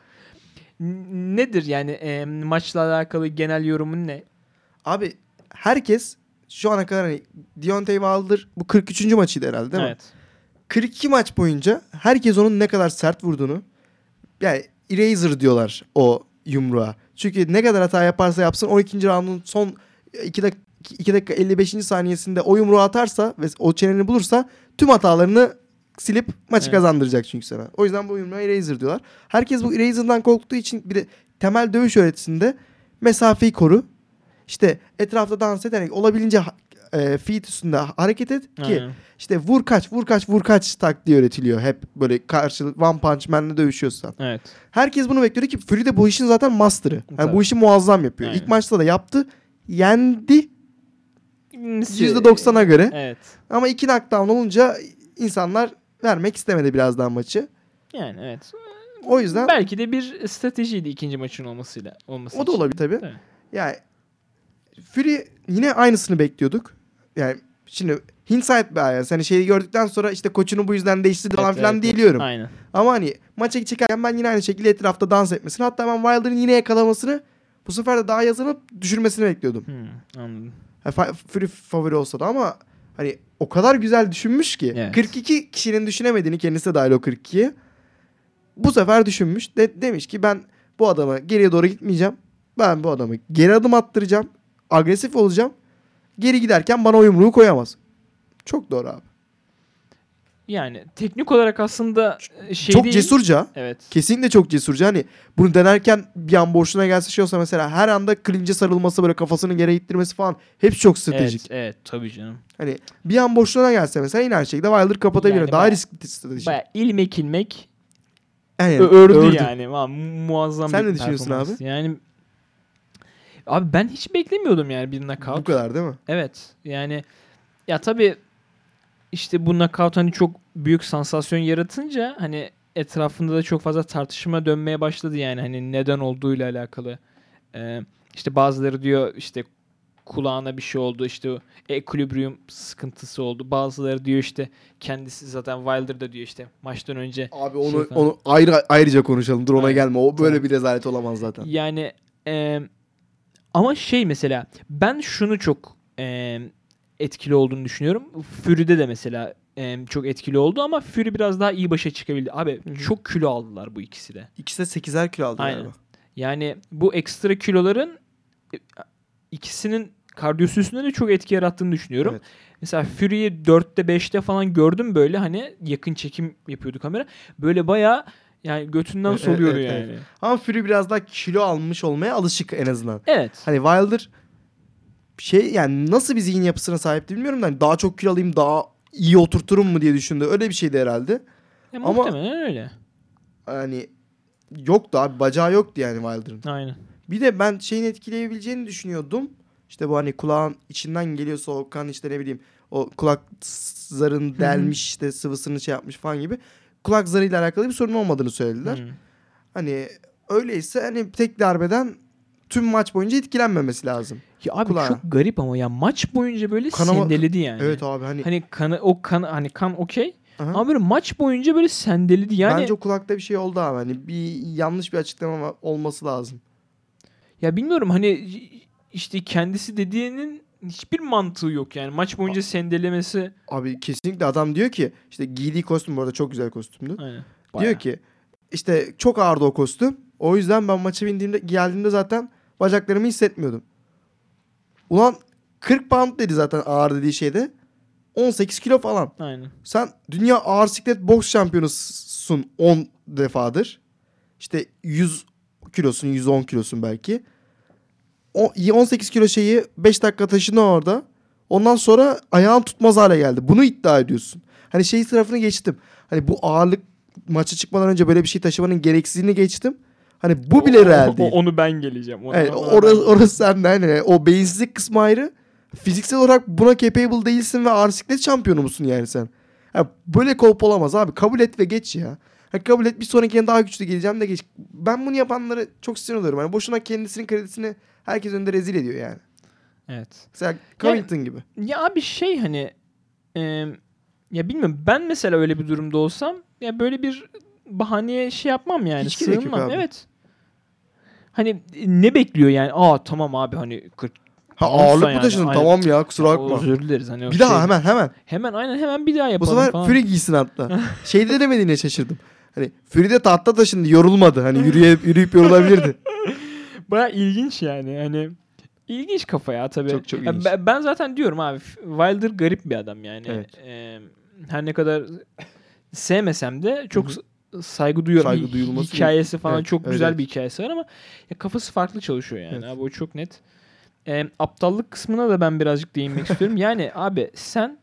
N- Nedir yani em, maçla alakalı genel yorumun ne? Abi herkes şu ana kadar hani Deontay Wilder bu kırk üçüncü maçıydı herhalde değil mi? Evet. kırk iki maç boyunca herkes onun ne kadar sert vurduğunu, yani eraser diyorlar o yumruğa. Çünkü ne kadar hata yaparsa yapsın on ikinci roundun son iki dakika, iki dakika elli beşinci saniyesinde o yumruğu atarsa ve o çeneni bulursa tüm hatalarını silip maçı Evet. kazandıracak çünkü sana. O yüzden bu yumruğa eraser diyorlar. Herkes bu eraser'dan korktuğu için bir de temel dövüş öğretisinde mesafeyi koru. İşte etrafta dans ederek olabildiğince e, feet üstünde hareket et ki Aynen. işte vur kaç vur kaç vur kaç taktiği öğretiliyor hep böyle karşılık one punch man'le dövüşüyorsan. Evet. Herkes bunu bekliyordu ki Fury de bu işin zaten master'ı. Yani Tabii. bu işi muazzam yapıyor. Aynen. İlk maçta da yaptı. Yendi Nesi- yüzde doksana göre. Evet. Ama iki knockdown olunca insanlar vermek istemedi biraz daha maçı. Yani evet. O yüzden Belki de bir stratejiydi ikinci maçın olmasıyla olması o da için. olabilir tabii. Tabii. Yani Fury yine aynısını bekliyorduk. Yani şimdi hindsight be yani. Hani şeyi gördükten sonra işte koçunu bu yüzden değiştirdi falan Evet, filan evet, diyebiliyorum. Aynen. Ama hani maça çıkarken ben yine aynı şekilde etrafta dans etmesini, hatta ben Wilder'ın yine yakalamasını, bu sefer de daha yazılıp düşürmesini bekliyordum. Hmm, anladım. Yani fa- Fury favori olsa da ama hani o kadar güzel düşünmüş ki. Evet. kırk iki kişinin düşünemediğini, kendisi de dahil o kırk ikiye. Bu sefer düşünmüş. De- demiş ki ben bu adama geriye doğru gitmeyeceğim. Ben bu adamı geri adım attıracağım. Agresif olacağım. Geri giderken bana o yumruğu koyamaz. Çok doğru abi. Yani teknik olarak aslında şey çok değil. cesurca. Evet. Kesinlikle çok cesurca. Hani bunu denerken bir an boşluğuna gelse şey olsa mesela her anda clinch'e sarılması, böyle kafasını yere ittirmesi falan hepsi çok stratejik. Evet, evet tabii canım. Hani bir an boşluğuna gelse mesela yine her şekilde Wilder kapatabilir. Yani Daha baya- riskli strateji. Baya ilmek ilmek Yani, ö- ördü, ördü. yani. Mu- Muazzam Sen bir ne düşünüyorsun performans. abi? Yani abi ben hiç beklemiyordum yani bir knockout. Bu kadar değil mi? Evet. Yani ya tabii işte bu knockout hani çok büyük sansasyon yaratınca hani etrafında da çok fazla tartışma dönmeye başladı yani hani neden olduğuyla alakalı. Ee, işte bazıları diyor işte kulağına bir şey oldu, işte o ekilibrium sıkıntısı oldu. Bazıları diyor işte kendisi, zaten Wilder da diyor işte maçtan önce. Abi onu şey falan. onu ayrı ayrıca konuşalım. Dur ona Aynen. gelme. O böyle Tamam. bir rezalet olamaz zaten. Yani e, ama şey mesela ben şunu çok e, etkili olduğunu düşünüyorum. Fury'de de mesela e, çok etkili oldu ama Fury biraz daha iyi başa çıkabildi. Abi Hı hı. çok kilo aldılar bu ikisi de. İkisi de sekizer kilo aldı Aynen. galiba. Yani bu ekstra kiloların e, ikisinin kardiyosu üstünde de çok etki yarattığını düşünüyorum. Evet. Mesela Fury'yi dörtte beşte falan gördüm böyle, hani yakın çekim yapıyordu kamera. Böyle bayağı yani götünden Evet, soluyordu evet, yani. evet. Ama Fury biraz daha kilo almış olmaya alışık en azından. Evet. Hani Wilder şey, yani nasıl bir zihin yapısına sahip bilmiyorum da hani daha çok kilo alayım, daha iyi oturturum mu diye düşündü. Öyle bir şeydi herhalde. E, Ama- muhtemelen öyle. Hani yoktu abi, bacağı yoktu yani Wilder'ın. Aynen. Bir de ben şeyin etkileyebileceğini düşünüyordum. İşte bu hani kulağın içinden geliyorsa o kan, işte ne bileyim o kulak zarını delmiş, işte sıvısını şey yapmış falan gibi. Kulak zarıyla alakalı bir sorun olmadığını söylediler. Hı. Hani öyleyse hani tek darbeden tüm maç boyunca etkilenmemesi lazım. Ya abi Kulağa. çok garip ama ya maç boyunca böyle Kanama- sendeledi yani. Evet abi hani, Hani kanı o kan hani kan okey. aha. Ama böyle maç boyunca böyle sendeledi yani. Bence o kulakta bir şey oldu abi. Hani bir yanlış bir açıklama olması lazım. Ya bilmiyorum hani işte kendisi dediğinin hiçbir mantığı yok yani. Maç boyunca sendelemesi. Abi kesinlikle adam diyor ki, işte giydiği kostüm bu arada çok güzel kostümdü. Aynen. Diyor Bayağı. ki işte çok ağırdı o kostüm. O yüzden ben maça bindiğimde, geldiğimde zaten bacaklarımı hissetmiyordum. Ulan kırk pound dedi zaten ağır dediği şeyde. on sekiz kilo falan. Aynen. Sen dünya ağır siklet boks şampiyonusun on defadır. İşte yüz kilosun, yüz on kilosun belki. O on sekiz kilo şeyi beş dakika taşıdın orada. Ondan sonra ayağın tutmaz hale geldi. Bunu iddia ediyorsun. Hani şey tarafını geçtim. Hani bu ağırlık, maça çıkmadan önce böyle bir şey taşımanın gereksizliğini geçtim. Hani bu bile O- real o- değil. Onu ben geleceğim. Ona, Evet, ona orası, ben- orası sende. Hani o beyinsizlik kısmı ayrı. Fiziksel olarak buna capable değilsin ve ağır siklet şampiyonu musun yani sen? Ya böyle kolp olamaz abi. Kabul et ve geç ya. Ha, kabul et, bir sonrakine daha güçlü geleceğim de geç. Ben bunu yapanları çok sinir oluyorum. Hani boşuna kendisinin kredisini herkes önünde rezil ediyor yani. Evet. Mesela Covington gibi. Ya abi şey hani e, ya bilmiyorum, ben mesela öyle bir durumda olsam ya böyle bir bahaneye şey yapmam yani. Hiç gerek yok Sığınmam. abi. Evet. Hani ne bekliyor yani? Aa tamam abi hani kırk Ha, poundsa ağırlık mı yani, taşıdın? aynen. Tamam ya, kusura Ya, bakma. özür dileriz hani o Bir daha şey- hemen hemen. Hemen aynen hemen bir daha Bu yapalım sefer falan. Fury giysin hatta. Şeyde demediğine şaşırdım. Hani Fury'de tahta taşındı, yorulmadı. Hani yürüyüp, yürüyüp yorulabilirdi. Baya ilginç yani. Hani ilginç kafa ya tabii. Çok çok Ya ilginç. ben, ben zaten diyorum abi, Wilder garip bir adam yani. Evet. Ee, her ne kadar sevmesem de çok Hı hı. s- saygı duyuyorum. Saygı Hi- duyulması hikayesi falan evet, çok evet, güzel evet. bir hikayesi var ama ya kafası farklı çalışıyor yani. Evet. Abi o çok net. Ee, aptallık kısmına da ben birazcık değinmek istiyorum. Yani abi sen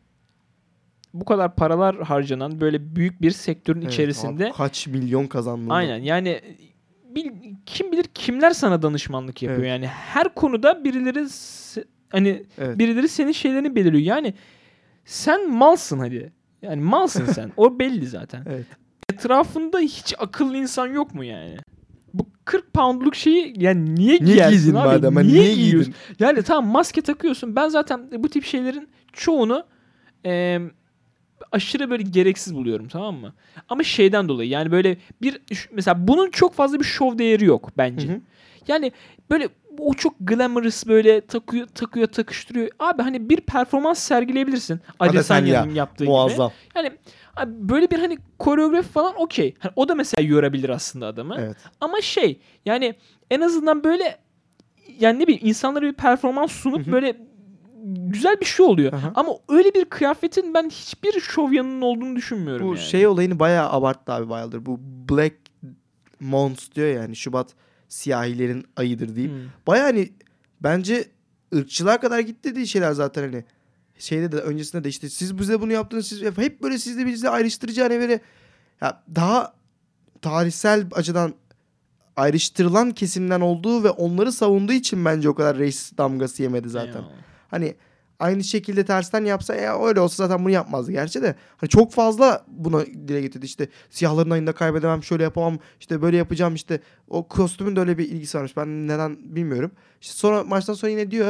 bu kadar paralar harcanan böyle büyük bir sektörün Evet, içerisinde abi kaç milyon kazandın. aynen yani bil, kim bilir kimler sana danışmanlık yapıyor Evet. yani her konuda birileri se- hani Evet. birileri senin şeylerini belirliyor yani sen malsın hadi yani malsın sen o belli zaten Evet. etrafında hiç akıllı insan yok mu yani bu kırk poundluk şeyi yani niye, Niye giyersin giydin abi madem? Hani niye, niye giyiyorsun giydin? yani tamam maske takıyorsun ben zaten bu tip şeylerin çoğunu eee aşırı böyle gereksiz buluyorum, tamam mı? Ama şeyden dolayı yani böyle bir mesela bunun çok fazla bir şov değeri yok bence. Hı hı. Yani böyle o çok glamorous böyle takıyor takıyor takıştırıyor. Abi hani bir performans sergileyebilirsin. Adesanya'nın yaptığı Muazzam. gibi. Yani abi böyle bir hani koreografi falan okey. Hani o da mesela yorabilir aslında adamı. Evet. Ama şey yani en azından böyle yani ne bileyim insanlara bir performans sunup Hı hı. böyle güzel bir şey oluyor. Aha. Ama öyle bir kıyafetin ben hiçbir şov yanının olduğunu düşünmüyorum Bu yani. şey olayını bayağı abarttı abi Wilder. Bu Black Month diyor yani, Şubat siyahilerin ayıdır deyip. Hmm. Bayağı hani bence ırkçılığa kadar gitti dediği şeyler zaten hani. Şeyde de öncesinde de işte siz bize bunu yaptınız, siz hep böyle sizle bizle ayrıştırıcı hani böyle ya daha tarihsel açıdan ayrıştırılan kesimden olduğu ve onları savunduğu için bence o kadar racist damgası yemedi zaten. Eyvallah. Hani aynı şekilde tersten yapsa ya öyle olsa zaten bunu yapmazdı gerçi de. Hani çok fazla buna dile getirdi. İşte siyahların ayında kaybedemem, şöyle yapamam, işte böyle yapacağım, işte o kostümün de öyle bir ilgisi varmış. Ben neden bilmiyorum. İşte sonra maçtan sonra yine diyor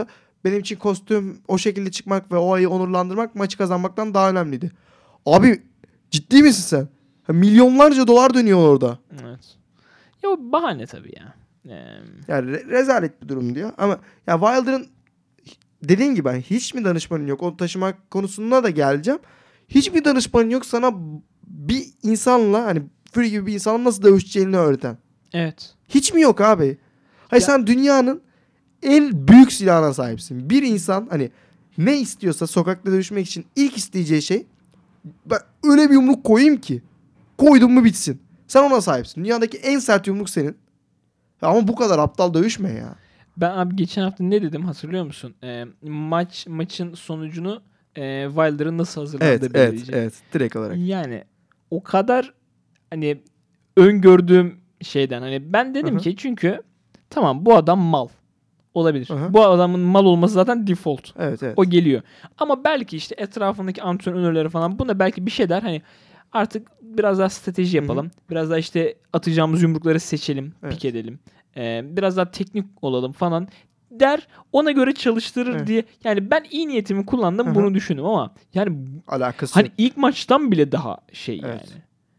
benim için kostüm o şekilde çıkmak ve o ayı onurlandırmak maçı kazanmaktan daha önemliydi. Abi ciddi misin sen? Ha, milyonlarca dolar dönüyor orada. Evet. Ya o bahane tabii ya. Ee, Yani re- rezalet bir durum diyor. Ama ya Wilder'ın dediğin gibi hani hiç mi danışmanın yok? Onu taşımak konusunda da geleceğim. Hiç mi danışmanın yok sana bir insanla hani Fury gibi bir insanla nasıl dövüşeceğini öğreten? evet. Hiç mi yok abi? Hayır Ya- sen dünyanın en büyük silahına sahipsin. Bir insan hani ne istiyorsa sokakta dövüşmek için ilk isteyeceği şey ben öyle bir yumruk koyayım ki koydum mu bitsin. Sen ona sahipsin. Dünyadaki en sert yumruk senin. Ya ama bu kadar aptal dövüşme ya. Ben abi geçen hafta ne dedim hatırlıyor musun? Ee, maç maçın sonucunu e, Wilder'ın nasıl hazırlandığı Evet, evet, belirleyecek. evet. Direkt olarak. Yani o kadar hani öngördüğüm şeyden hani ben dedim Hı hı. ki çünkü tamam bu adam mal olabilir. Hı hı. Bu adamın mal olması zaten default. Evet, evet. O geliyor. Ama belki işte etrafındaki antrenörleri falan buna belki bir şey der hani artık biraz daha strateji yapalım. Hı hı. Biraz daha işte atacağımız yumrukları seçelim, Evet. pik edelim. Ee, biraz daha teknik olalım falan der. Ona göre çalıştırır Evet. diye. Yani ben iyi niyetimi kullandım Hı hı. bunu düşündüm ama yani Alakası hani yok. ilk maçtan bile daha şey Evet. yani.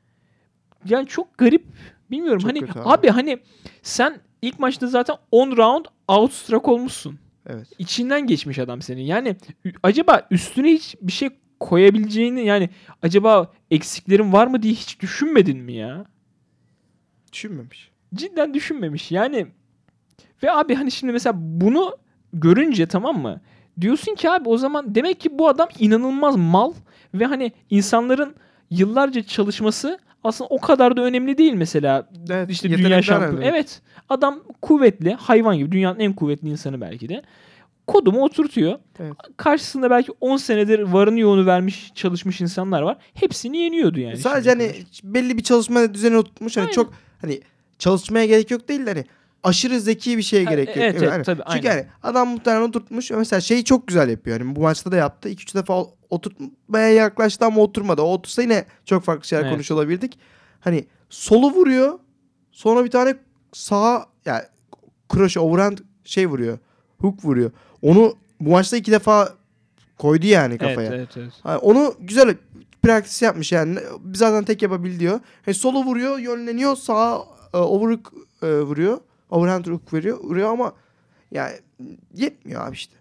Yani çok garip. Bilmiyorum Çok hani kötü abi. abi hani sen ilk maçta zaten on round outstruck olmuşsun. Evet. İçinden geçmiş adam senin. Yani ü- acaba üstüne hiç bir şey koyabileceğini yani acaba eksiklerin var mı diye hiç düşünmedin mi ya? Düşünmemiş. Cidden düşünmemiş. Yani ve abi hani şimdi mesela bunu görünce tamam mı? Diyorsun ki abi o zaman demek ki bu adam inanılmaz mal ve hani insanların yıllarca çalışması aslında o kadar da önemli değil mesela. Evet. İşte dünya yetenekler şampiyonu. önemli. Evet. Adam kuvvetli, hayvan gibi dünyanın en kuvvetli insanı belki de. Kodumu oturtuyor. Evet. Karşısında belki on senedir varını yoğunu vermiş, çalışmış insanlar var. Hepsini yeniyordu yani. Sadece şimdiye hani kadar. belli bir çalışma düzeni oturtmuş. Hani Aynen. çok hani çalışmaya gerek yok değil de hani aşırı zeki bir şeye Ha, gerek yok. evet, evet, Hani tabii, çünkü aynen. hani adam muhtemelen oturtmuş. Mesela şeyi çok güzel yapıyor. Hani bu maçta da yaptı. iki üç defa oturtmaya yaklaştı ama oturmadı. O otursa yine çok farklı şeyler Evet. konuşuyor olabilirdik. Hani solu vuruyor. Sonra bir tane sağa yani kroşe overhand şey vuruyor. Hook vuruyor. Onu bu maçta iki defa koydu yani kafaya. Evet, evet, evet. Ha, onu güzel praktis yapmış yani. Zaten tek yapabil diyor. He, solo vuruyor, yönleniyor, sağa e, overhook e, vuruyor. Overhand hook veriyor, vuruyor ama yani yetmiyor abi işte.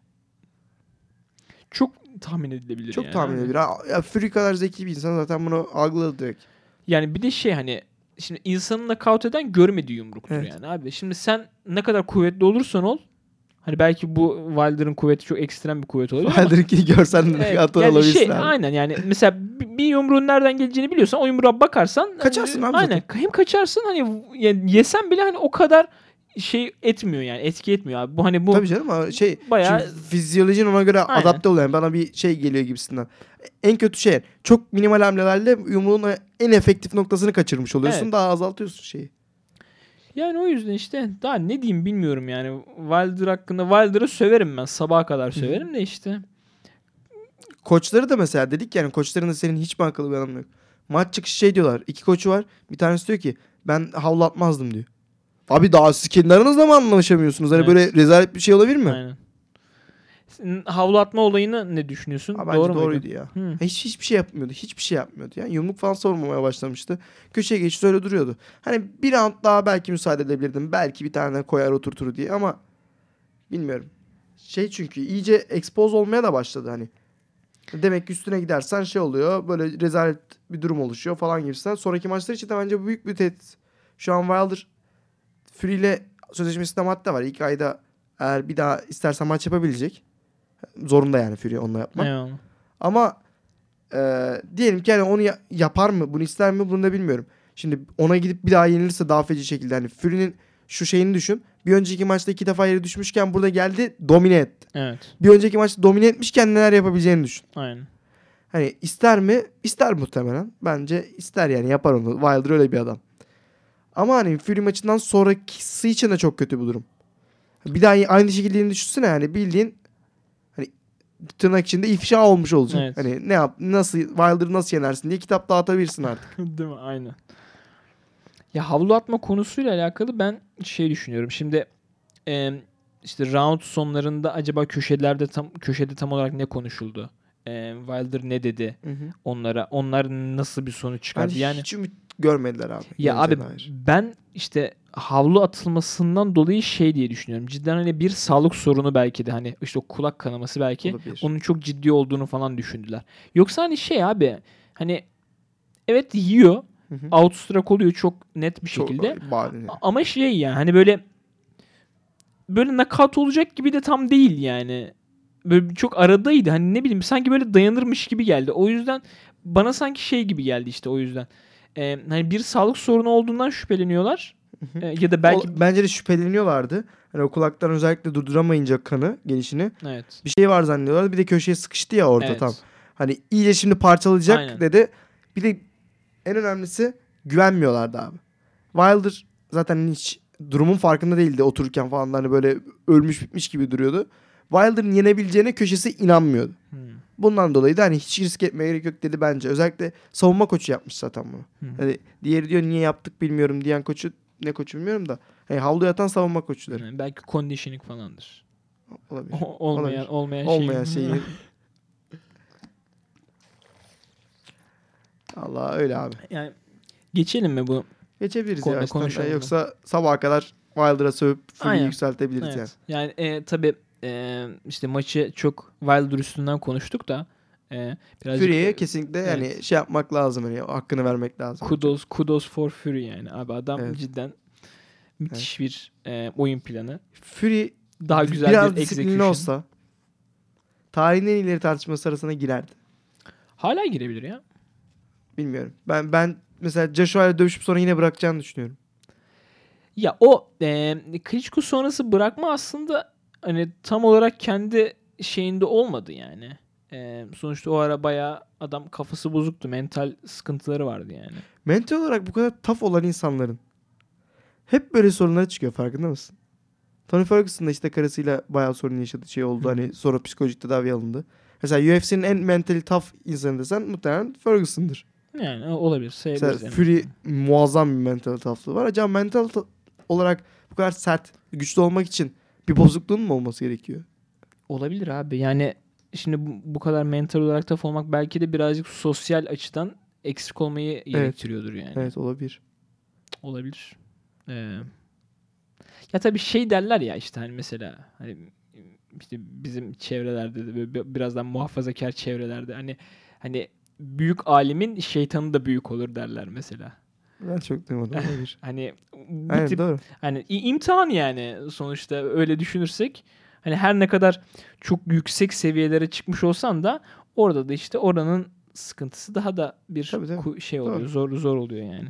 Çok tahmin edilebilir Çok yani tahmin abi. edilir. Ha, ya Fury kadar zeki bir insan zaten bunu algıladı direkt. Yani bir de şey hani şimdi insanı nakavt eden görmediği yumruktur Evet. yani abi. Şimdi sen ne kadar kuvvetli olursan ol hani belki bu Wilder'ın kuvveti çok ekstrem bir kuvvet olabilir ama Wilder'ınkini görsen evet, hata yani olabilirsin şey abi. aynen yani mesela bir, bir yumruğun nereden geleceğini biliyorsan o yumruğa bakarsan Kaçarsın hani, abi aynen zaten. hem kaçarsın hani yani yesen bile hani o kadar şey etmiyor yani etki etmiyor abi. Bu hani bu Tabii canım ama şey bayağı şimdi fizyolojin ona göre aynen. adapte oluyor. Yani bana bir şey geliyor gibisinden. En kötü şey çok minimal hamlelerle yumruğun en efektif noktasını kaçırmış oluyorsun. Evet. Daha azaltıyorsun şeyi. Yani o yüzden işte daha ne diyeyim bilmiyorum yani. Wilder hakkında Wilder'ı söverim ben. Sabaha kadar Hı hı. söverim de işte. Koçları da mesela dedik yani koçların da senin hiç mi akıllı bir adamın yok. Maç çıkışı şey diyorlar. İki koçu var. Bir tanesi diyor ki ben havlu atmazdım diyor. Abi daha siz kendi aranızda mı anlaşamıyorsunuz? Hani Evet. böyle rezalet bir şey olabilir mi? Aynen. Senin havlu atma olayını ne düşünüyorsun? Abi bence Doğru muydu? doğruydu ya. Hı. Hiç hiçbir şey yapmıyordu. Hiçbir şey yapmıyordu. Yani yumruk falan sormamaya başlamıştı. Köşeye geçiş öyle duruyordu. Hani bir round daha belki müsaade edebilirdim. Belki bir tane koyar oturtur diye ama bilmiyorum. Şey çünkü iyice expose olmaya da başladı hani. Demek ki üstüne gidersen şey oluyor. Böyle rezalet bir durum oluşuyor falan gibisinden. Sonraki maçlar için de bence bu büyük bir tehdit. Şu an Wilder Fury ile sözleşmesinde madde var. İlk ayda eğer bir daha istersen maç yapabilecek. Zorunda yani Fury onunla yapmak. Eyvallah. Ama e, diyelim ki yani onu ya- yapar mı? Bunu ister mi? Bunu da bilmiyorum. Şimdi ona gidip bir daha yenilirse daha feci şekilde. Hani Fury'nin şu şeyini düşün. Bir önceki maçta iki defa yere düşmüşken burada geldi domine etti. Evet. Bir önceki maçta domine etmişken neler yapabileceğini düşün. Aynen. Hani ister mi? İster muhtemelen. Bence ister yani yapar onu. Wilder öyle bir adam. Ama hani Fury maçından sonraki için de çok kötü bu durum. Bir daha aynı şekilde düşünsene yani bildiğin hani tırnak içinde ifşa olmuş olacak. Evet. Hani ne yap nasıl Wilder'ı nasıl yenersin diye kitap dağıtabilirsin artık. Değil mi? Aynen. Ya havlu atma konusuyla alakalı ben şey düşünüyorum. Şimdi e, işte round sonlarında acaba köşelerde tam köşede tam olarak ne konuşuldu? Ee, Wilder ne dedi Hı hı. onlara? Onlar nasıl bir sonuç çıkardı? Bence Yani hiç ümit görmediler abi. ya abi geleceğe dair. ben işte havlu atılmasından dolayı şey diye düşünüyorum. Cidden hani bir sağlık sorunu belki de hani işte o kulak kanaması belki Olabilir. onun çok ciddi olduğunu falan düşündüler. Yoksa hani şey abi hani evet yiyor. Hı hı. Outstruck oluyor çok net bir Çok şekilde. bariz. A- Ama şey yani hani böyle böyle knockout olacak gibi de tam değil yani. Böyle çok aradaydı. Hani ne bileyim sanki böyle dayanırmış gibi geldi. O yüzden bana sanki şey gibi geldi işte o yüzden. Ee, hani bir sağlık sorunu olduğundan şüpheleniyorlar. Ee, ya da belki O, bence de şüpheleniyorlardı. Hani o kulaktan özellikle durduramayınca kanı gelişini. evet. Bir şey var zannediyorlardı. Bir de köşeye sıkıştı ya orada Evet. tam. Hani iyice şimdi parçalayacak Aynen. dedi. Bir de en önemlisi güvenmiyorlardı abi. Wilder zaten hiç durumun farkında değildi otururken falan hani böyle ölmüş bitmiş gibi duruyordu. Wilder'ın yenebileceğine köşesi inanmıyordu. Hmm. Bundan dolayı da hani hiç risk etmeye gerek yok dedi bence. Özellikle savunma koçu yapmış zaten bunu. Hmm. Hani diğeri diyor niye yaptık bilmiyorum diyen koçu ne koçu bilmiyorum da. Hani havlu yatan savunma koçuları. Yani belki conditioning falandır. Olabilir. O- olmayan Olabilir. olmayan, Olmayan şeyin. şeyi. Allah öyle abi. Yani geçelim mi bu? Geçebiliriz Konuda yavaştan. konuşalım E, mı? Yoksa sabaha kadar Wilder'a sövüp Fury'yi Aynen. yükseltebiliriz yani. Evet. Yani e, tabii e, işte maçı çok Wilder üstünden konuştuk da e, birazcık Fury'ye e, kesinlikle evet. yani şey yapmak lazım hani hakkını vermek lazım. Kudos kudos for Fury yani. Abi adam Evet. cidden müthiş bir e, oyun planı. Fury Daha güzel biraz bir disiplinli execution. olsa tarihin en ileri tartışması arasına girerdi. Hala girebilir ya. Bilmiyorum. Ben ben mesela Joshua ile dövüşüp sonra yine bırakacağını düşünüyorum. Ya o e, Klitschko sonrası bırakma aslında hani tam olarak kendi şeyinde olmadı yani. E, sonuçta o ara bayağı adam kafası bozuktu. Mental sıkıntıları vardı yani. Mental olarak bu kadar tough olan insanların hep böyle sorunları çıkıyor farkında mısın? Tony Ferguson da işte karısıyla bayağı sorun yaşadı şey oldu. Hı. Hani sonra psikolojik tedavi alındı. Mesela U F C'nin en mentally tough insanı desen muhtemelen Ferguson'dır. Yani o- olabilir. Mesela Sayabiliriz en Fury azından. muazzam bir mental toughlığı var. Acaba mental ta- olarak bu kadar sert, güçlü olmak için bir bozukluğun mu olması gerekiyor? Olabilir abi. Yani şimdi bu, bu kadar mental olarak tough olmak belki de birazcık sosyal açıdan eksik olmayı gerektiriyordur yani. Evet olabilir. Olabilir. Ee, ya tabii şey derler ya işte hani mesela hani işte bizim çevrelerde de böyle birazdan muhafazakar çevrelerde hani hani büyük alimin şeytanı da büyük olur derler mesela. Ben çok duymadım olabilir. Hani bu Aynen tip doğru. hani i- imtihan yani sonuçta öyle düşünürsek hani her ne kadar çok yüksek seviyelere çıkmış olsan da orada da işte oranın sıkıntısı daha da bir Tabii, tabii. ku- şey oluyor. Doğru. Zor zor oluyor yani.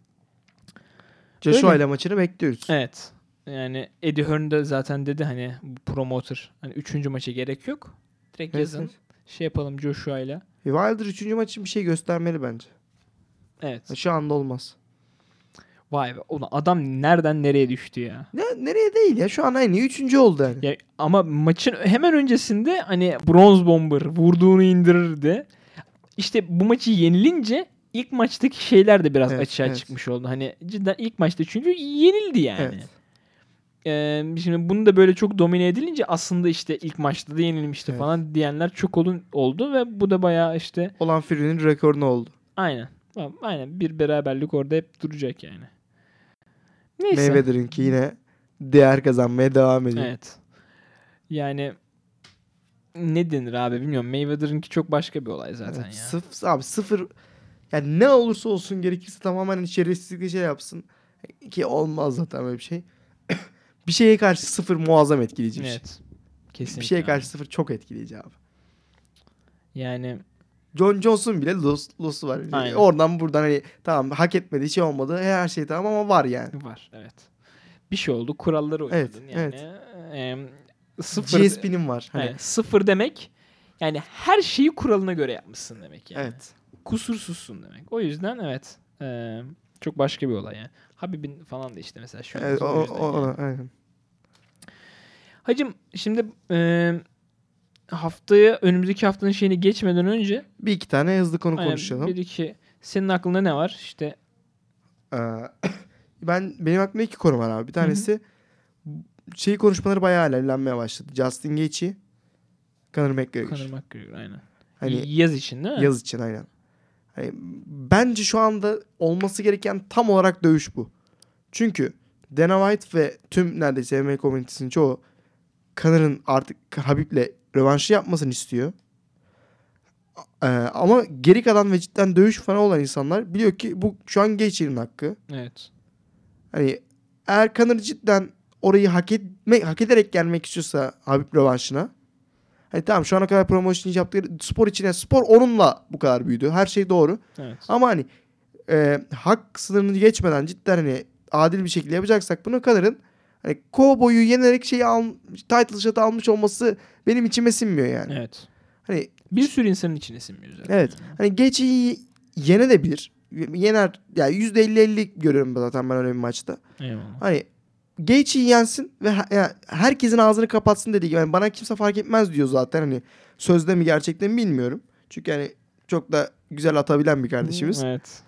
Joshua Öyle. ile maçını bekliyoruz. Evet. Yani Eddie Hearn de zaten dedi hani bu promoter hani üçüncü maça gerek yok. Direkt Evet, yazın. evet. Şey yapalım Joshua ile. E, Wilder üçüncü maç için bir şey göstermeli bence. Evet. Ha, Şu anda olmaz. Vay be. Ulan adam nereden nereye düştü ya. Ne, nereye değil ya. Şu an en iyi üçüncü oldu yani. Ya ama maçın hemen öncesinde hani Bronze Bomber vurduğunu indirirdi. İşte bu maçı yenilince ilk maçtaki şeyler de biraz Evet, açığa evet. çıkmış oldu. Hani cidden ilk maçta çünkü yenildi yani. Evet. Ee, şimdi bunu da böyle çok domine edilince aslında işte ilk maçta da yenilmişti Evet. falan diyenler çok olun, oldu ve bu da bayağı işte Olan Fury'nin rekorunu oldu. aynen. Aynen bir beraberlik orada hep duracak yani. Neyse. Mayweather'ınki yine değer kazanmaya devam ediyor. Evet. Yani ne denir abi bilmiyorum. Mayweather'ınki çok başka bir olay zaten Evet, ya. sıf- abi sıfır yani ne olursa olsun gerekirse tamamen hani şerefsizlikle şey yapsın. Ki olmaz zaten böyle bir şey. Bir şeye karşı sıfır muazzam etkileyici bir şey. Evet. Kesinlikle. Bir şeye abi. karşı sıfır çok etkileyici abi. Yani John Jones'un bile los, losu var. Aynen. Oradan buradan hani tamam hak etmedi şey olmadı her şey tamam ama var yani. var evet. Bir şey oldu kuralları Evet, uymadın yani. evet. Em, sıfır, G S P'nin var. Hani, evet, sıfır demek yani her şeyi kuralına göre yapmışsın demek yani. evet. Kusursuzsun demek. O yüzden evet. em, çok başka bir olay yani. Habib'in falan da işte mesela şu an Evet, o, o yüzden o, yani. aynen. Hacım şimdi em, haftaya önümüzdeki haftanın şeyini geçmeden önce Bir iki tane hızlı konu aynen, konuşalım. bir iki senin aklında ne var? İşte Ee, ben benim aklımda iki konu var abi. Bir tanesi şey konuşmaları bayağı alevlenmeye başladı. Justin Gaethje, Conor McGregor. Conor McGregor aynen. Hani Yaz için değil mi? Yaz için aynen. Hani bence şu anda olması gereken tam olarak dövüş bu. Çünkü Dana White ve tüm neredeyse M M A komünitesinin çoğu Conor'ın artık Habib'le rövanşı yapmasını istiyor. Ee, ama geri kalan ve cidden dövüş fanı olan insanlar biliyor ki bu şu an Gaethje'nin hakkı. Evet. Hani eğer Conor cidden orayı hak etme, hak ederek gelmek istiyorsa Habib rövanşına. Hani tamam şu ana kadar promotion yaptığı spor için yani spor onunla bu kadar büyüdü. Her şey doğru. Evet. Ama hani e, hak sınırını geçmeden cidden hani adil bir şekilde yapacaksak bunu Conor'ın hani Cowboy'u yenerek şeyi al, title shot'ı almış olması benim içime sinmiyor yani. Evet. Hani Bir sürü insanın içine sinmiyor zaten. evet. Hani Gaethje'yi yenebilir. Yener yani yüzde elli elli görüyorum zaten ben öyle bir maçta. Eyvallah. Hani Gaethje'yi yensin ve ha- yani herkesin ağzını kapatsın dediği gibi. Yani bana kimse fark etmez diyor zaten hani sözde mi gerçekten mi bilmiyorum. Çünkü hani çok da güzel atabilen bir kardeşimiz. Evet.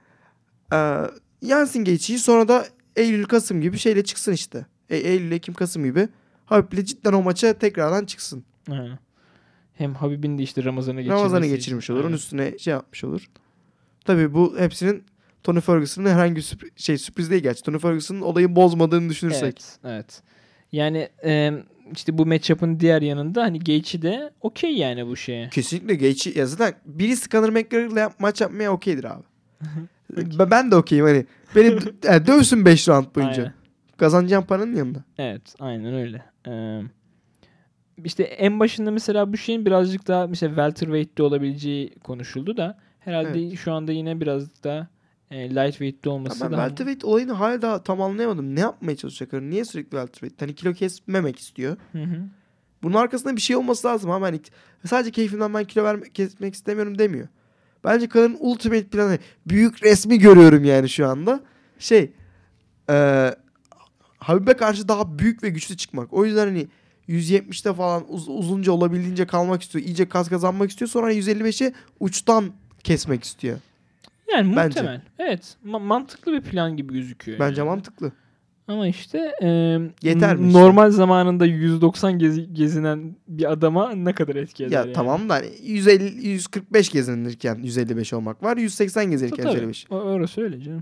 Ee, yensin Gaethje'yi sonra da Eylül Kasım gibi şeyle çıksın işte. E, Eylül Ekim Kasım gibi Habib'le cidden o maça tekrardan çıksın. Aynen. Hem Habib'in de işte Ramazan'ı geçirmesi Ramazan'ı için. geçirmiş olur. Onun Aynen. üstüne şey yapmış olur. Tabii bu hepsinin Tony Ferguson'ın herhangi bir sürpriz, şey sürpriz değil gerçi. Tony Ferguson'ın olayı bozmadığını düşünürsek. Evet. Evet. Yani e, işte bu matchup'ın diğer yanında hani Gaethje de okey yani bu şeye. Kesinlikle Gaethje ya zaten birisi Conor McGregor'la yap, maç yapmaya okeydir abi. ben, ben de okeyim hani. Beni dö- yani dövsün beş round boyunca. Aynen. Kazanacağım paranın yanında. Evet. Aynen öyle. Ee, işte en başında mesela bu şeyin birazcık daha mesela welterweight'te olabileceği konuşuldu da herhalde Evet. şu anda yine biraz da e, lightweight'te Ya olması ben daha... welterweight olayını hala daha tam anlayamadım. Ne yapmaya çalışacak? Hani niye sürekli welterweight? Hani kilo kesmemek istiyor. Hı hı. Bunun arkasında bir şey olması lazım ama hani sadece keyfimden ben kilo vermek kesmek istemiyorum demiyor. Bence Connor'ın ultimate planı büyük resmi görüyorum yani şu anda. Şey e, Habib'e karşı daha büyük ve güçlü çıkmak. O yüzden hani yüz yetmişte falan uz- uzunca olabildiğince kalmak istiyor. İyice kas kazanmak istiyor. Sonra yüz elli beşe uçtan kesmek istiyor. Yani Bence. muhtemel. Evet. Ma- mantıklı bir plan gibi gözüküyor. Bence yani. mantıklı. Ama işte e, Yeter mi n- işte? normal zamanında yüz doksan gezi- gezinen bir adama ne kadar etki eder Ya yani. tamam da hani yüz elli yüz kırk beş gezinirken yüz elli beş olmak var. yüz seksen gezinirken Tabii. yüz elli beş. O- Orası öyle canım.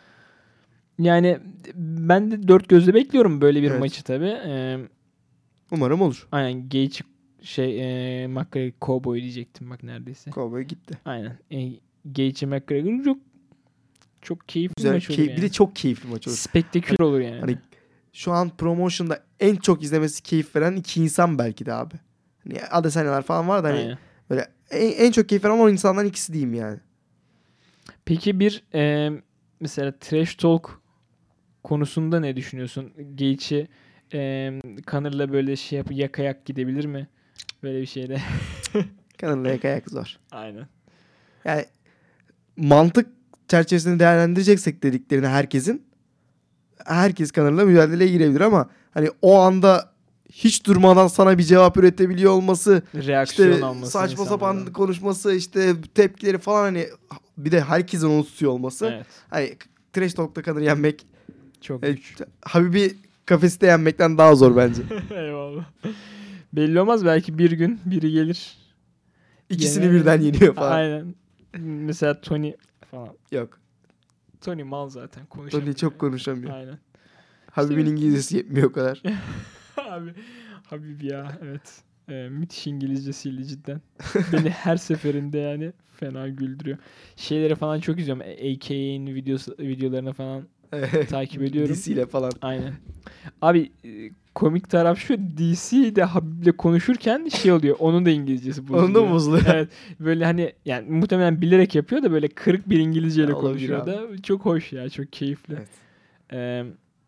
Yani ben de dört gözle bekliyorum böyle bir Evet. maçı tabii. E, Umarım olur. aynen Gaethje şey e, McGregor Cowboy diyecektim bak neredeyse. Cowboy gitti. Aynen. E, Gaethje McGregor çok çok keyifli bir Güzel. maç olur Key- yani. Bir de çok keyifli maç olur. Spektaküler olur yani. Hani şu an promotion'da en çok izlemesi keyif veren iki insan belki de abi. Hani Adesanyalar falan var da hani Aynen. böyle en, en çok keyif veren o insanların ikisi diyeyim yani. Peki bir e, mesela trash talk konusunda ne düşünüyorsun? Gaethje e, Connor'la böyle şey yap yaka yak gidebilir mi? Böyle bir şeyde. Kanalına yakayak zor. Aynen. Yani mantık çerçevesinde değerlendireceksek dediklerini herkesin herkes kanalına mücadeleye girebilir ama hani o anda hiç durmadan sana bir cevap üretebiliyor olması, Reaksiyon işte alması saçma sapan insanlardan. konuşması, işte tepkileri falan hani bir de herkesin onu tutuyor olması. Evet. Hani trash talk'ta Connor'ı yenmek Çok e, güç. Habib'i kafeste yenmekten daha zor bence. Eyvallah. Belli olmaz belki bir gün biri gelir. İkisini Yener. birden yeniyor falan. Aynen. Mesela Tony falan. Yok. Tony mal zaten konuşamıyor. Tony çok konuşamıyor. Aynen. Habib'in İşte- İngilizcesi yetmiyor o kadar. Abi Habib ya evet. Ee, müthiş İngilizcesiyle cidden. Beni her seferinde yani fena güldürüyor. Şeyleri falan çok izliyorum. A K A'nin videosu, videolarını falan takip ediyorum. D C ile falan. Aynen. Abi e, komik taraf şu, D C de Habib'le konuşurken şey oluyor. Onun da İngilizcesi bozuluyor. Onun da mı bozuluyor? Evet. Böyle hani yani muhtemelen bilerek yapıyor da böyle kırık bir İngilizceyle Ya, olabilir konuşuyor da. Çok hoş ya. Çok keyifli. Evet. Ee,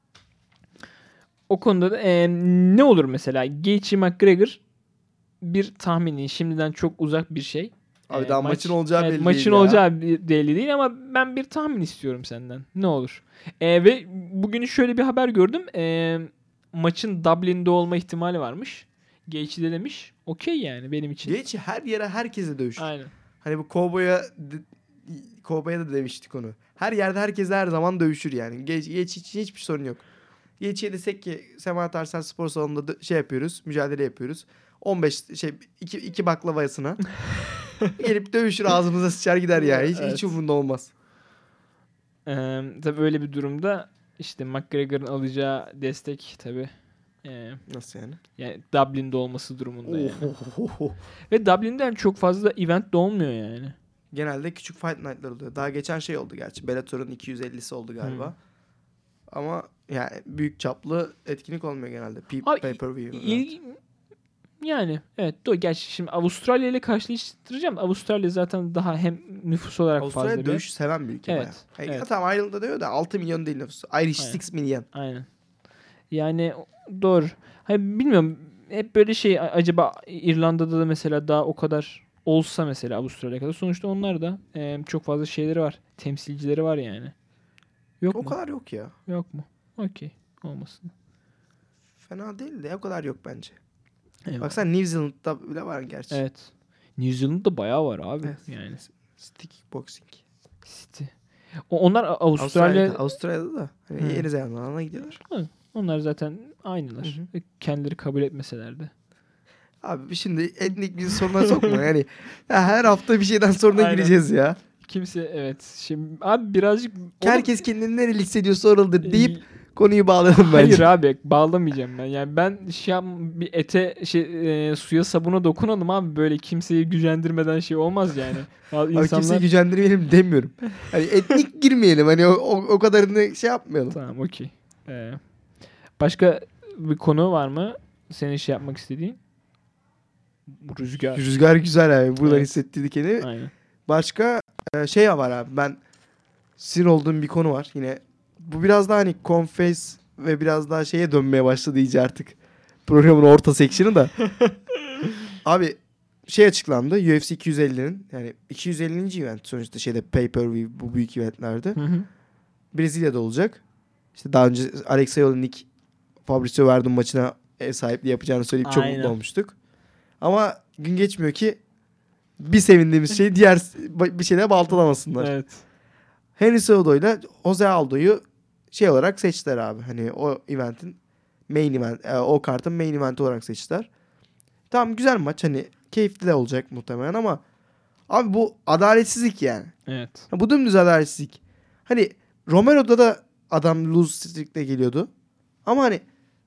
o konuda da e, ne olur mesela? Gaethje McGregor bir tahmini şimdiden çok uzak bir şey. Abi Ee, daha maç- maçın olacağı evet, belli maçın değil ya. olacağı bir- belli değil ama ben bir tahmin istiyorum senden. Ne olur? Ee, ve bugün şöyle bir haber gördüm. Ee, maçın Dublin'de olma ihtimali varmış. Gaethje de demiş. Okey yani benim için. Gaethje her yere herkese dövüşür. Aynen. Hani bu Cowboy'a Cowboy'a da demiştik onu. Her yerde herkese her zaman dövüşür yani. Gaethje Gaethje için hiçbir sorun yok. Geçiye desek ki Semahat Arslan Spor Salonu'nda da şey yapıyoruz. Mücadele yapıyoruz. on beş şey iki, iki baklavasına gelip dövüşür, ağzımıza sıçar gider yani. Hiç, Evet. hiç umurunda olmaz. Ee, tabii öyle bir durumda işte McGregor'ın alacağı destek tabii. Ee, Nasıl yani? yani Dublin'de olması durumunda yani. Ohohoho. Ve Dublin'den çok fazla event de olmuyor yani. Genelde küçük fight night'lar oluyor. Daha geçen şey oldu gerçi. Bellator'un iki yüz ellisi oldu galiba. Hmm. Ama yani büyük çaplı etkinlik olmuyor genelde. P- Abi, pay-per-view. il- yani evet doğru. Gerçi şimdi Avustralya ile karşılaştıracağım. Avustralya zaten daha hem nüfus olarak Avustralya fazla bir. dövüş seven bir ülke Evet, bayağı. Yani evet. Tamam Ireland'da diyor da altı milyon değil nüfusu. Irish Aynen. altı milyon. Aynen. Yani doğru. Hayır, bilmiyorum. Hep böyle şey a- acaba İrlanda'da da mesela daha o kadar olsa mesela Avustralya kadar. Sonuçta onlar da e, çok fazla şeyleri var. Temsilcileri var yani. Yok O mu? kadar yok ya. Yok mu? Okey. Olmasın. Fena değil de o kadar yok bence. Eyvallah. Baksana New Zealand'da bile var gerçi. Evet. New Zealand'da bayağı var abi. Evet. Yani. Stick boxing. City. O, onlar A- Avustralya... Avustralya'da, Avustralya'da da. Hani Hı. Yeni Zelanda'na gidiyorlar. Onlar zaten aynılar. Hı hı. Ve kendileri kabul etmeseler de. Abi şimdi etnik bizi soruna sokma yani. Ya her hafta bir şeyden soruna Aynen. gireceğiz ya. Kimse evet. Şimdi abi birazcık... Herkes kendini nereli hissediyorsa oralıdır deyip Onu- konuyu bağlayalım Hayır bence. abi bağlamayacağım ben. Yani ben şey yap- bir ete şey e, suya sabuna dokunalım abi, böyle kimseyi gücendirmeden şey olmaz yani. Ya Abi İnsanlar... kimseyi gücendirmeyelim demiyorum. Hani etnik girmeyelim. Hani o, o, o kadarını şey yapmayalım. Tamam okey. Ee, başka bir konu var mı senin şey yapmak istediğin? Bu Rüzgar. Rüzgar güzel abi. Buradan Evet. hissettirdik kendini. Aynen. Başka e, şey var abi. Ben sinir olduğum bir konu var. Yine bu biraz daha hani Confess ve biraz daha şeye dönmeye başladı iyice artık. Programın orta seksiyonu da. Abi şey açıklandı. U F C iki yüz ellinin yani iki yüz ellinci event sonuçta şeyde pay-per-view bu büyük eventlerde. Hı hı. Brezilya'da olacak. İşte daha önce Alexei Olenek Fabricio Werdum maçına ev sahipliği yapacağını söyleyip çok Aynen. mutlu olmuştuk. Ama gün geçmiyor ki bir sevindiğimiz şey diğer bir şeyle baltalamasınlar. Evet. Henry Cejudo ile Jose Aldo'yu şey olarak seçtiler abi. Hani o eventin main event, e, o kartın main event olarak seçtiler. Tamam güzel maç, hani keyifli de olacak muhtemelen ama abi bu adaletsizlik yani. Evet. Ha, bu dümdüz adaletsizlik. Hani Romero'da da adam lose streak'le geliyordu. Ama hani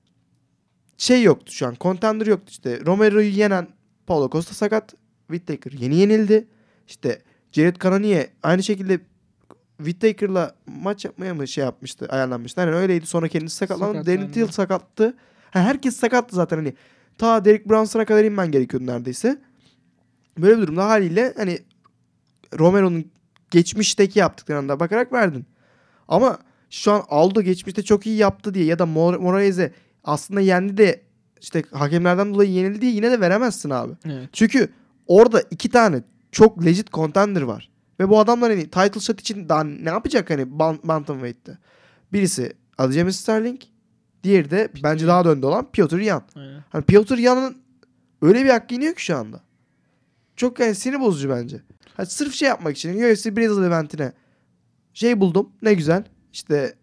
şey yoktu şu an. Contender yoktu işte. Romero'yu yenen Paulo Costa sakat. Whittaker yeni yenildi. İşte Jared Cannonier aynı şekilde Whittaker'la maç yapmaya mı şey yapmıştı, ayarlanmıştı. Hani öyleydi. Sonra kendisi sakatlandı. Sakatlandı. Darren Till sakattı. Ha, herkes sakattı zaten hani. Ta Derek Brunson'a kadar inmen gerekiyordu neredeyse. Böyle bir durumda haliyle hani Romero'nun geçmişteki yaptıklarına bakarak verdin. Ama şu an Aldo geçmişte çok iyi yaptı diye ya da Mor- Moraes'e aslında yendi de işte hakemlerden dolayı yenildi diye yine de veremezsin abi. Evet. Çünkü orada iki tane çok legit contender var. Ve bu adamlar hani title shot için daha ne yapacak hani ban- bantamweight'te? Birisi Aljamain Sterling, diğeri de bence daha da önde olan Piotr Yan. Aynen. Hani Piotr Yan'ın öyle bir hakkı iniyor ki şu anda. Çok yani sinir bozucu bence. Hani sırf şey yapmak için U F C Brazil eventine şey buldum. Ne güzel. İşte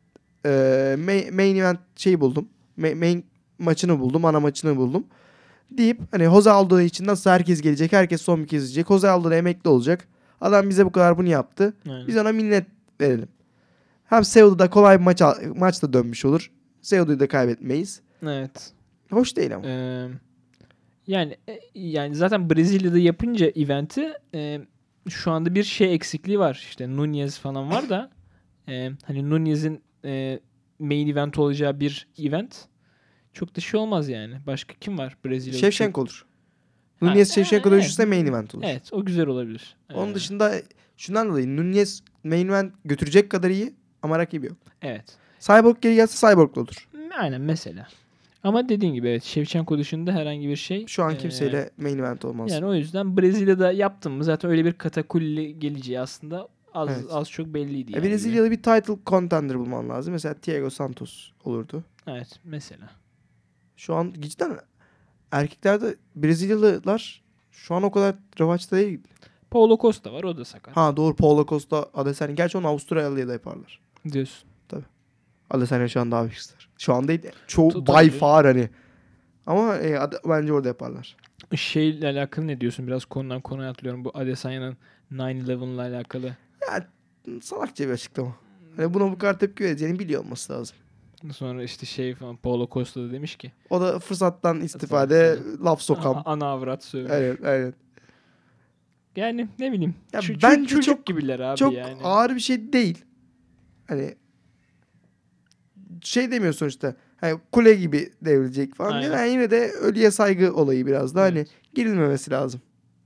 e, main, main event şeyi buldum. Ma- main maçını buldum. Ana maçını buldum. Deyip hani Jose Aldo için nasıl herkes gelecek. Herkes son bir kez izleyecek. Jose Aldo da emekli olacak. Adam bize bu kadar bunu yaptı. Aynen. Biz ona minnet verelim. Hem Cejudo'da kolay bir maç, maç da dönmüş olur. Cejudo'yu da kaybetmeyiz. Evet. Hoş değil ama. Ee, yani e, yani zaten Brezilya'da yapınca eventi e, şu anda bir şey eksikliği var. İşte Nunez falan var da e, hani Nunez'in e, main event olacağı bir event çok da şey olmaz yani. Başka kim var Brezilya'da? Shevchenko olur. Ha, Nunez e, Shevchenko evet. dövüşürse main event olur. Evet, o güzel olabilir. Onun Ee, dışında şundan dolayı Nunez main event götürecek kadar iyi ama rakibi yok. Evet. Cyborg geri gelse Cyborg da olur. Aynen mesela. Ama dediğin gibi evet, Shevchenko dışında herhangi bir şey. Şu an e, kimseyle main event olmaz. Yani o yüzden Brezilya'da yaptım mı zaten öyle bir katakulli geleceği aslında az Evet. az çok belliydi. E, Yani Brezilyalı bir title contender bulman lazım. Mesela Thiago Santos olurdu. Evet mesela. Şu an cidden erkeklerde Brezilyalılar şu an o kadar revaçta değil. Paulo Costa var, o da sakat. Ha doğru, Paulo Costa, Adesanya. Gerçi onu Avustralyalı'ya da yaparlar. Diyorsun. Tabii. Adesanya şu an daha büyük star. Şu an değil. Çoğu Tabii, by tabii. far hani. Ama e, ad- bence orada yaparlar. Şeyle alakalı ne diyorsun? Biraz konudan konuya atlıyorum. Bu Adesanya'nın nine eleven'la alakalı. Ya salakça bir açıklama. Hani buna bu kadar tepki vereceğini biliyor olması lazım. Sonra işte şey falan Paulo Costa da demiş ki. O da fırsattan istifade laf sokam. "A- Ana avrat söylüyor. Aynen aynen. Yani ne bileyim. Ya Ç- bence çocuk çok- gibiler abi Çok yani. ağır bir şey değil. Hani şey demiyor sonuçta. Hani kule gibi devrilecek falan. Aynen. Yani yine de ölüye saygı olayı biraz da hani Evet. girilmemesi lazım.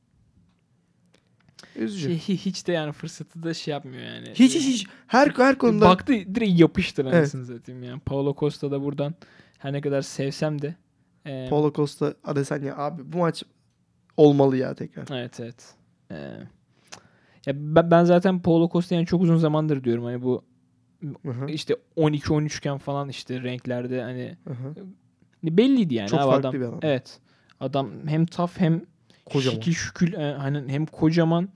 Üzücü. Şey, hiç de yani fırsatı da şey yapmıyor yani. Hiç hiç hiç. Her her konuda. Baktı direkt yapıştır Evet. anasını satayım yani. Paulo Costa da buradan her ne kadar sevsem de. E, Paulo Costa, Adesanya abi bu maç olmalı ya tekrar. Evet evet. E, ya ben, ben zaten Paulo Costa'yı yani çok uzun zamandır diyorum. Hani bu Hı hı, işte on iki on üçken falan işte renklerde hani hı hı. belliydi yani. Çok abi farklı adam. bir adam. Evet. Adam hem tough hem Kocaman. şekil şükül e, hani hem kocaman.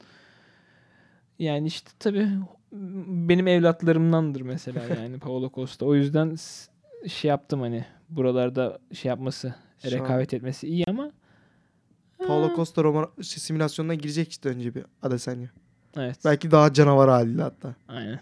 Yani işte tabii benim evlatlarımdandır mesela yani Paulo Costa. O yüzden s- şey yaptım hani buralarda şey yapması, Şu rekabet etmesi iyi ama Paulo Costa Roma şey, simülasyonuna girecek işte önce bir Adesanya. evet. Belki daha canavar haliyle hatta. Aynen.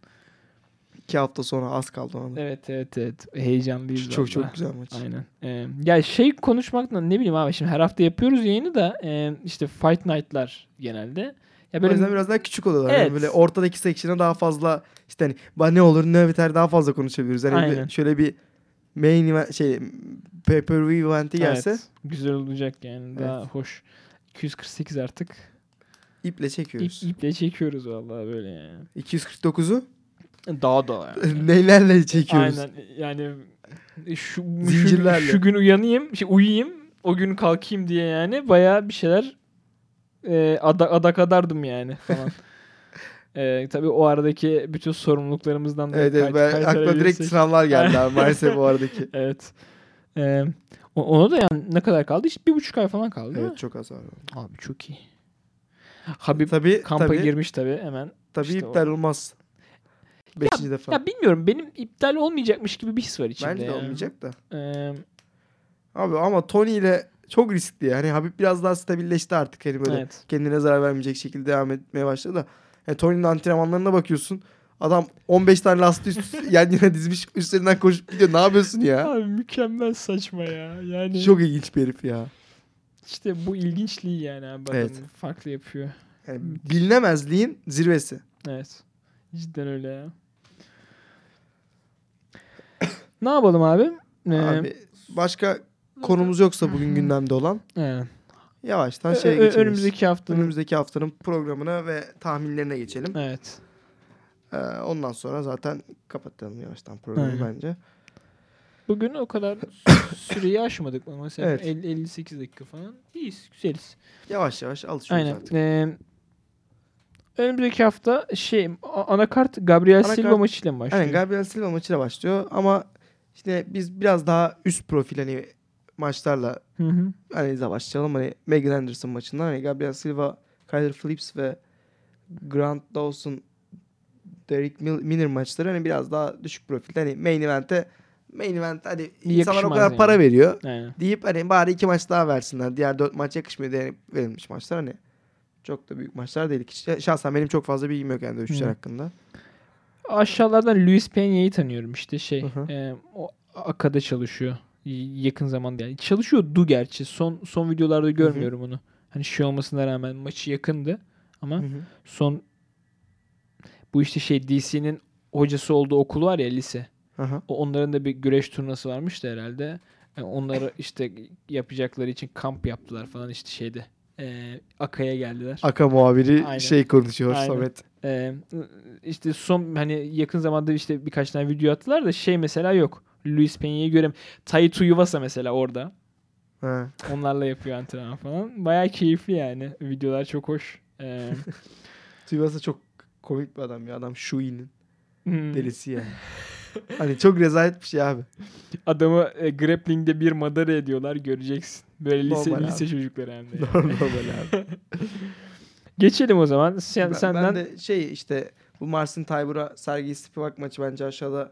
İki hafta sonra az kaldı ona. da. Evet evet evet. Heyecanlıyız Çok vallahi. çok güzel maç. Aynen. Ee, ya şey konuşmakla ne bileyim abi şimdi her hafta yapıyoruz yayını da e, işte Fight Night'lar genelde. Ya O böyle yüzden biraz daha küçük oluyorlar. Evet. Yani böyle ortadaki section'a daha fazla işte hani "Ba ne olur ne biter" daha fazla konuşabiliriz. Yani Aynen. bir, şöyle bir main event, şey pay-per-view eventi gelse evet, güzel olacak yani. Evet. Daha hoş. iki yüz kırk sekiz artık. iple İp, çekiyoruz. iple çekiyoruz vallahi böyle yani. iki yüz kırk dokuzu Daha da yani. neylerle çekiyoruz? Aynen yani şu, şu, Zincirlerle. şu gün uyanayım, şey, uyuyayım, o gün kalkayım diye yani bayağı bir şeyler e, ada, adak adardım yani falan. e, tabii o aradaki bütün sorumluluklarımızdan da Evet, evet kayt- ben, aklıma direkt kaytarabilirsek. sınavlar geldi abi maalesef bu aradaki. Evet. E, o- ona da yani ne kadar kaldı? İşte bir buçuk ay falan kaldı değil Evet mi? çok az var. Abi çok iyi. Habib Tabii kampa tabii, girmiş tabii hemen. tabii İşte iptal o- olmaz. Beşinci defa. Ya bilmiyorum benim iptal olmayacakmış gibi bir his var içimde. Bence de ya. olmayacak da. Ee, Abi ama Tony ile çok riskli yani. Habib biraz daha stabilleşti artık. Hani böyle evet. kendine zarar vermeyecek şekilde devam etmeye başladı da. Yani Tony'nin antrenmanlarına bakıyorsun. Adam on beş tane lastiği üst, yan yana dizmiş üstlerinden koşup gidiyor. Ne yapıyorsun ya? Abi mükemmel saçma ya. Yani Çok ilginç bir herif ya. işte bu ilginçliği yani abi adamın Evet. farklı yapıyor. Yani bilinemezliğin zirvesi. Evet. Cidden öyle ya. Ne yapalım abi? Ee, Abi başka konumuz yoksa bugün gündemde olan evet. yavaştan Ö- şeye ö- geçelim. önümüzdeki haftanın Önümüzdeki haftanın programına ve tahminlerine geçelim. evet. Ee, ondan sonra zaten kapatalım yavaştan programı Aynen. bence. Bugün o kadar sü- süreyi aşmadık mı? Mesela Evet. elli elli sekiz dakika falan. İyiyiz, güzeliz. Yavaş yavaş alışıyoruz Aynen. artık. Ee, önümüzdeki hafta şey a- anakart Gabriel Anakart- Silva maçıyla mı başlıyor? Aynen Gabriel Silva maçıyla başlıyor ama işte biz biraz daha üst profil hani maçlarla Hı hı. analize başlayalım. Hani Megan Anderson maçından hani Gabriel Silva, Kyler Phillips ve Grant Dawson, Derek Mil- Miller maçları hani biraz daha düşük profilde. Hani main event'e main event hani insanlar o Yakışmaz kadar yani. para veriyor Aynen. deyip hani bari iki maç daha versinler. Diğer dört maç yakışmıyor diye verilmiş maçlar hani çok da büyük maçlar değil. Hiç- Şahsen benim çok fazla bilgim yok yani dövüşler Hı. hakkında. Aşağılardan Luis Peña'yı tanıyorum işte şey. Hı hı. e, o Aka'da çalışıyor. Y- Yakın zamanda yani. Çalışıyordu gerçi. Son son videolarda görmüyorum onu. Hani şey olmasına rağmen maçı yakındı ama Hı hı. son bu işte şey D C'nin hocası olduğu okul var ya lise. Aha. O onların da bir güreş turnuvası varmış da herhalde. Yani onları işte yapacakları için kamp yaptılar falan işte şeyde. E, Aka'ya geldiler. Aka muhabiri Aynen. şey konuşuyor Aynen. Samet. Ee, işte son hani yakın zamanda işte birkaç tane video attılar da şey mesela yok. Luis Peña'yı görem. Taito Yuvasa mesela orada. Ha. Onlarla yapıyor antrenman falan. Bayağı keyifli yani. Videolar çok hoş. Ee, Tsubasa çok komik bir adam ya. Adam Shui'nin hmm, delisi yani. Hani çok rezalet bir şey abi. adamı e, grappling'de bir madara ediyorlar göreceksin. Böyle lise Normal lise abi. çocukları hem de. yani. Normal abi. Geçelim o zaman. Sen, Ben, senden ben de şey işte bu Marcin Tybura Sergey Spivak maçı bence aşağıda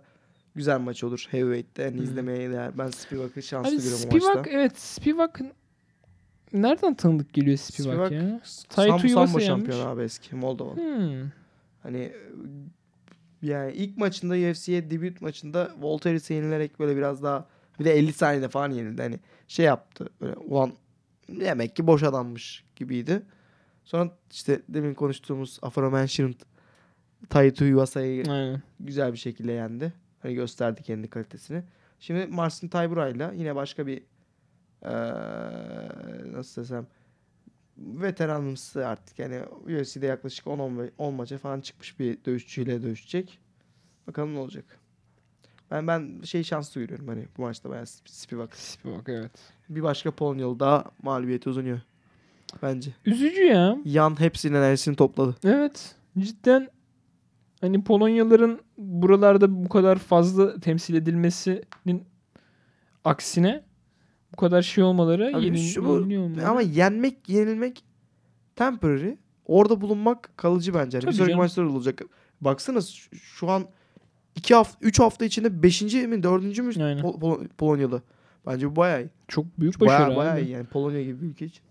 güzel maç olur. Heavyweight'te yani Hı. izlemeye değer. Ben Spivak'ı şanslı Hani görüyorum o maçta. Spivak evet Spivak nereden tanıdık geliyor Spivak, Spivak ya? Sam, Taito sambo Ivasa şampiyonu yenmiş. abi eski Moldovalı. Hmm. Hani yani ilk maçında U F C'ye debüt maçında Voltaires'e yenilerek böyle biraz daha bir de elli saniyede falan yenildi. Hani şey yaptı böyle ulan demek ki boş adammış gibiydi. Sonra işte demin konuştuğumuz aforementioned Taito Iwasa'yı Aynen. güzel bir şekilde yendi. Hani gösterdi kendi kalitesini. Şimdi Marcin Taybura'yla yine başka bir ee, nasıl desem veteranımsı artık yani U F C'de yaklaşık on on maça falan çıkmış bir dövüşçüyle dövüşecek. Bakalım ne olacak. Ben ben şey şanslı görüyorum hani bu maçta bayağı Spivak. Spivak evet. Bir başka Polonyalı daha mağlubiyete uzanıyor. Bence. Üzücü ya. Yan hepsinin enerjisini topladı. Evet. Cidden hani Polonyalıların buralarda bu kadar fazla temsil edilmesinin aksine bu kadar şey olmaları, Abi yenil, şu bu yeniliyor olmaları. ama yenmek, yenilmek temporary. Orada bulunmak kalıcı bence. Yani bir Tabii sonraki canım. maçlar olacak. Baksana şu, şu an iki hafta, üç hafta içinde beşinci mi, dördüncü mü Aynen. Pol- Pol- Polonyalı? Bence bu bayağı iyi. Çok büyük başarı Bayağı abi. bayağı iyi yani Polonya gibi bir ülke için.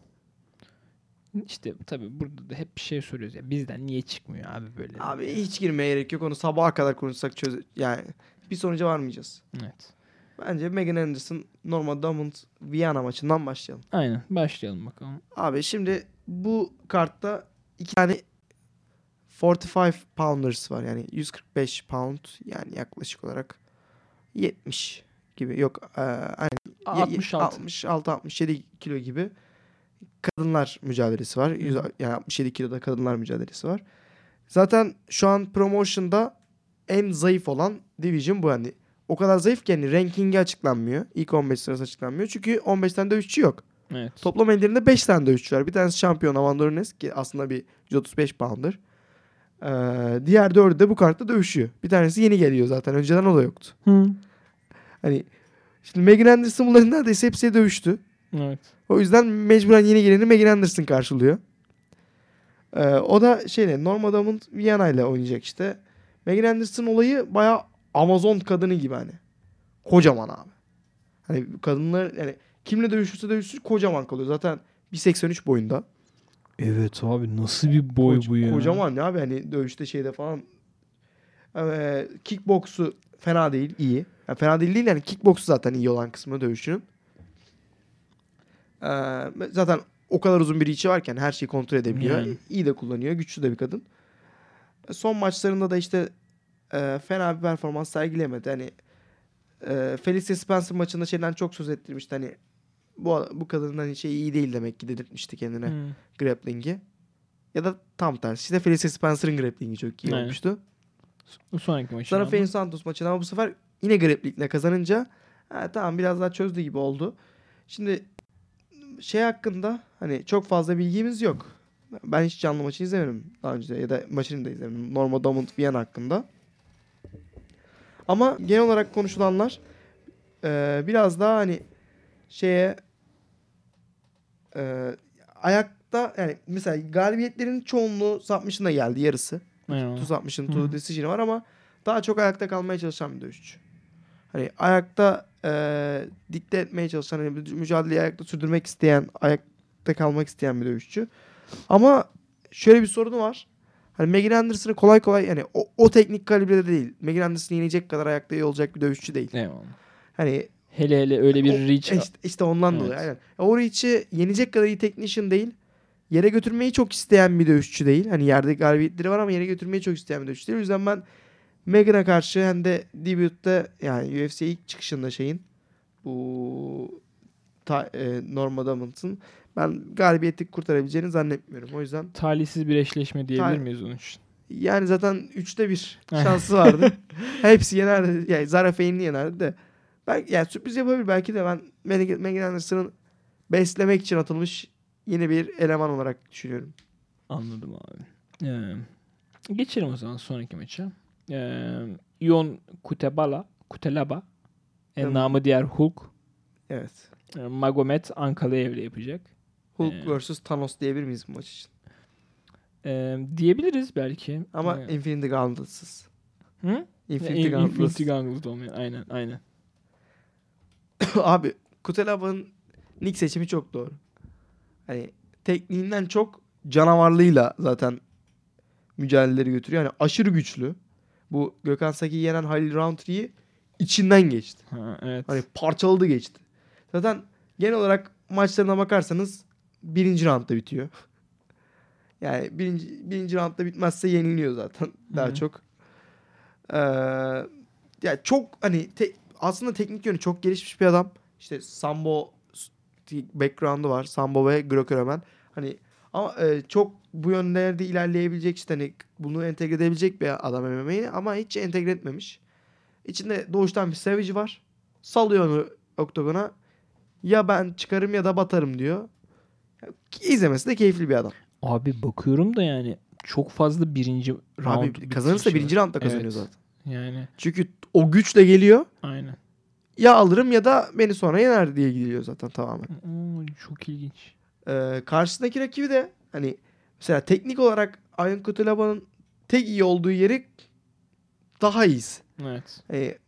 İşte tabii burada da hep bir şey soruyoruz ya. Bizden niye çıkmıyor abi böyle? Abi hiç girmeye gerek yok. Onu sabaha kadar konuşsak çöz yani bir sonuca varmayacağız. Evet. Bence Megan Anderson Norma Dumont Viyana maçından başlayalım. Aynen. Başlayalım bakalım. Abi şimdi bu kartta iki tane kırk beş pounders var. Yani yüz kırk beş pound yani yaklaşık olarak yetmiş gibi. Yok e, aynen altmış altı. altmış altı altmış yedi kilo gibi kadınlar mücadelesi var. yüz, yani altmış yedi kiloda kadınlar mücadelesi var. Zaten şu an promotion'da en zayıf olan division bu yani. O kadar zayıf ki yani rankingi açıklanmıyor. İlk on beş sırası açıklanmıyor. Çünkü on beş tane dövüşçü yok. Evet. Toplam ellerinde beş tane dövüşçü var. Bir tanesi şampiyon Amanda Nunes ki aslında bir yüz otuz beş pounder. Ee, diğer dördü de bu kartta dövüşüyor. Bir tanesi yeni geliyor zaten. Önceden o da yoktu. Hı. Hani şimdi Megan Anderson bunların neredeyse hepsiyle dövüştü. Evet. O yüzden mecburen yeni geleni Megan Anderson karşılıyor. Ee, o da şeyle Norma Dumont Viyana ile oynayacak işte. Megan Anderson olayı bayağı Amazon kadını gibi hani. Kocaman abi. Hani kadınlar yani kimle dövüşürse dövüşsün kocaman kalıyor. Zaten bir seksen üç boyunda. Evet abi nasıl bir boy Koca- bu ya? Kocaman ya abi hani dövüşte şeyde falan. Ee, kickboksu fena değil, iyi. Yani fena değil değil yani kickboksu zaten iyi olan kısmı dövüşünün. Ee, zaten o kadar uzun bir içi varken her şeyi kontrol edebiliyor. Yani. İyi de kullanıyor. Güçlü de bir kadın. Son maçlarında da işte e, fena bir performans sergilemedi. Hani e, Felicia Spencer maçında şeyden çok söz ettirmişti. Hani bu bu kadının hani şey iyi değil demek ki dedirtmişti kendine Hı. grappling'i. Ya da tam tersi. İşte Felicia Spencer'ın grappling'i çok iyi Aynen. olmuştu. Bu sonraki maçı. Sonra Fane Santos maçında ama bu sefer yine grappling'le kazanınca ha, tamam biraz daha çözdü gibi oldu. Şimdi şey hakkında hani çok fazla bilgimiz yok. Ben hiç canlı maçı izlemedim daha önce ya da maçını da izlemedim. Norma Dumont Viyana hakkında. Ama genel olarak konuşulanlar e, biraz daha hani şeye e, ayakta yani mesela galibiyetlerin çoğunluğu submission'a geldi yarısı. Aynen. To submission Hı to hı. decision var ama daha çok ayakta kalmaya çalışan bir dövüşçü. Hani ayakta e, dikte etmeye çalışan, hani mücadeleyi ayakta sürdürmek isteyen, ayakta kalmak isteyen bir dövüşçü. Ama şöyle bir sorunu var. Hani Megan Anderson'ı kolay kolay yani o, o teknik kalibrede değil. Megan Anderson'ı yenecek kadar ayakta iyi olacak bir dövüşçü değil. Eyvallah. Hani Hele hele öyle bir o, reach. işte, işte ondan Evet. dolayı aynen. O reach'i yenecek kadar iyi technician değil. Yere götürmeyi çok isteyen bir dövüşçü değil. Hani yerde galibiyetleri var ama yere götürmeyi çok isteyen bir dövüşçü değil. O yüzden ben Megan'a karşı hem de debut'te yani U F C ilk çıkışında şeyin bu ta, e, Norma Dumont'un ben galibiyeti kurtarabileceğini zannetmiyorum. O yüzden Talihsiz bir eşleşme diyebilir Ta- miyiz onun için? yani zaten üçte bir şansı vardı. Hepsi yenerdi. Yani Zara Fane'i yenerdi de. Ben, yani sürpriz yapabilir belki de ben Megan Megan Anderson'ın beslemek için atılmış yeni bir eleman olarak düşünüyorum. Anladım abi. Ee, geçelim o zaman sonraki maça. Ee, Ion Kutebala, Kutelaba, en Hmm. namı diğer Hulk, Evet. e, Magomed Ankalaev'le yapacak. Hulk Ee, versus Thanos diyebilir miyiz bu maç için? Ee, diyebiliriz belki. Ama Ee, Infinity Gauntlet'sız. Hı? Infinity In- Gauntlet. Infinity Gauntlet olmuyor. Aynen aynen. Abi Kutelaba'nın nick seçimi çok doğru. Hani tekniğinden çok canavarlığıyla zaten mücadeleleri götürüyor. Yani aşırı güçlü. Bu Gökhan Saki'yi yenen Halil Rountree içinden geçti. Ha, evet. Hani parçaladı geçti. Zaten genel olarak maçlarına bakarsanız birinci roundda bitiyor. Yani birinci, birinci roundda bitmezse yeniliyor zaten daha Hı. çok. Ee, ya çok hani te- aslında teknik yönü çok gelişmiş bir adam. İşte sambo background'u var. Sambo ve Greco-Roman. Hani ama e, çok bu yönlerde ilerleyebilecek işte hani bunu entegre edebilecek bir adam M M A'yi ama hiç entegre etmemiş. İçinde doğuştan bir Savage var. Salıyor onu oktagona. Ya ben çıkarım ya da batarım diyor. İzlemesi de keyifli bir adam. Abi bakıyorum da yani çok fazla birinci round Abi kazanırsa bitirişi birinci var. roundda kazanıyor Evet. zaten. Yani Çünkü o güçle geliyor. aynen. Ya alırım ya da beni sonra yener diye gidiyor zaten tamamen. Oo, çok ilginç. Ee, karşısındaki rakibi de hani mesela teknik olarak Ayhan Kutelaba'nın tek iyi olduğu yeri daha iyisi. Evet. Hani,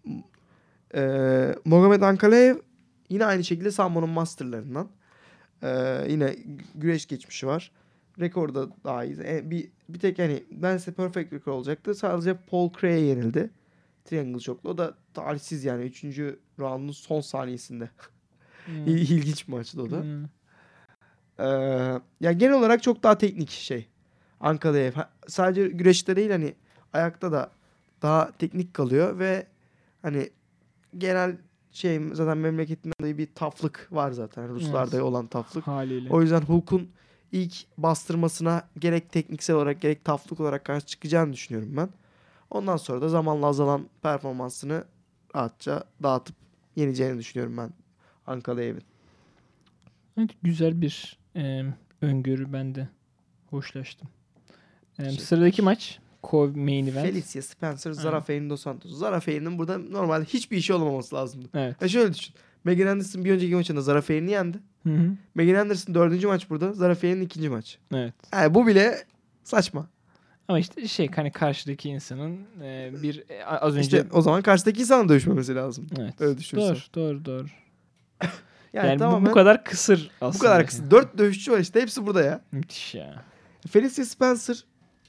e, Magomed Ankalaev yine aynı şekilde Sambo'nun masterlarından. Ee, yine güreş geçmişi var. Rekor da daha iyi. E, bir, bir tek hani nedense perfect record olacaktı. Sadece Paul Cray'e yenildi. Triangle Shock'la. O da talihsiz yani. Üçüncü roundun son saniyesinde. Hmm. İlginç bir maçtı o da. Hmm. Ee, yani genel olarak çok daha teknik şey. Ankalaev. Ha- Sadece güreşte değil hani ayakta da daha teknik kalıyor ve hani genel şey zaten memleketinden dolayı bir taflık var zaten. Ruslarda Evet. olan taflık. Haliyle. O yüzden Hulk'un ilk bastırmasına gerek tekniksel olarak gerek taflık olarak karşı çıkacağını düşünüyorum ben. Ondan sonra da zamanla azalan performansını rahatça dağıtıp yeneceğini düşünüyorum ben Ankalaev'in. Evet, güzel bir e, öngörü, ben de hoşlaştım. E, Teşekkür sıradaki maç co-main event. Felicia Spencer, Zara Aynen. Faye dos Santos. Zara Faye'nin burada normalde hiçbir işi olmaması lazımdı. Evet. Ya şöyle düşün. Megan Anderson bir önceki maçında Zara Faye'ni yendi. Hı hı. Megan Anderson dördüncü maç burada. Zara Faye'nin ikinci maç. Evet. Yani bu bile saçma. Ama işte şey, hani karşıdaki insanın e, bir e, az önce İşte o zaman karşıdaki insanla dövüşmemesi lazım. evet. Öyle düşünürsen. Doğru, doğru, doğru. Yani, Yani, bu, tamamen bu kadar kısır aslında. bu kadar kısa. Dört dövüşçü var işte. Hepsi burada ya. Müthiş ya. Felicia Spencer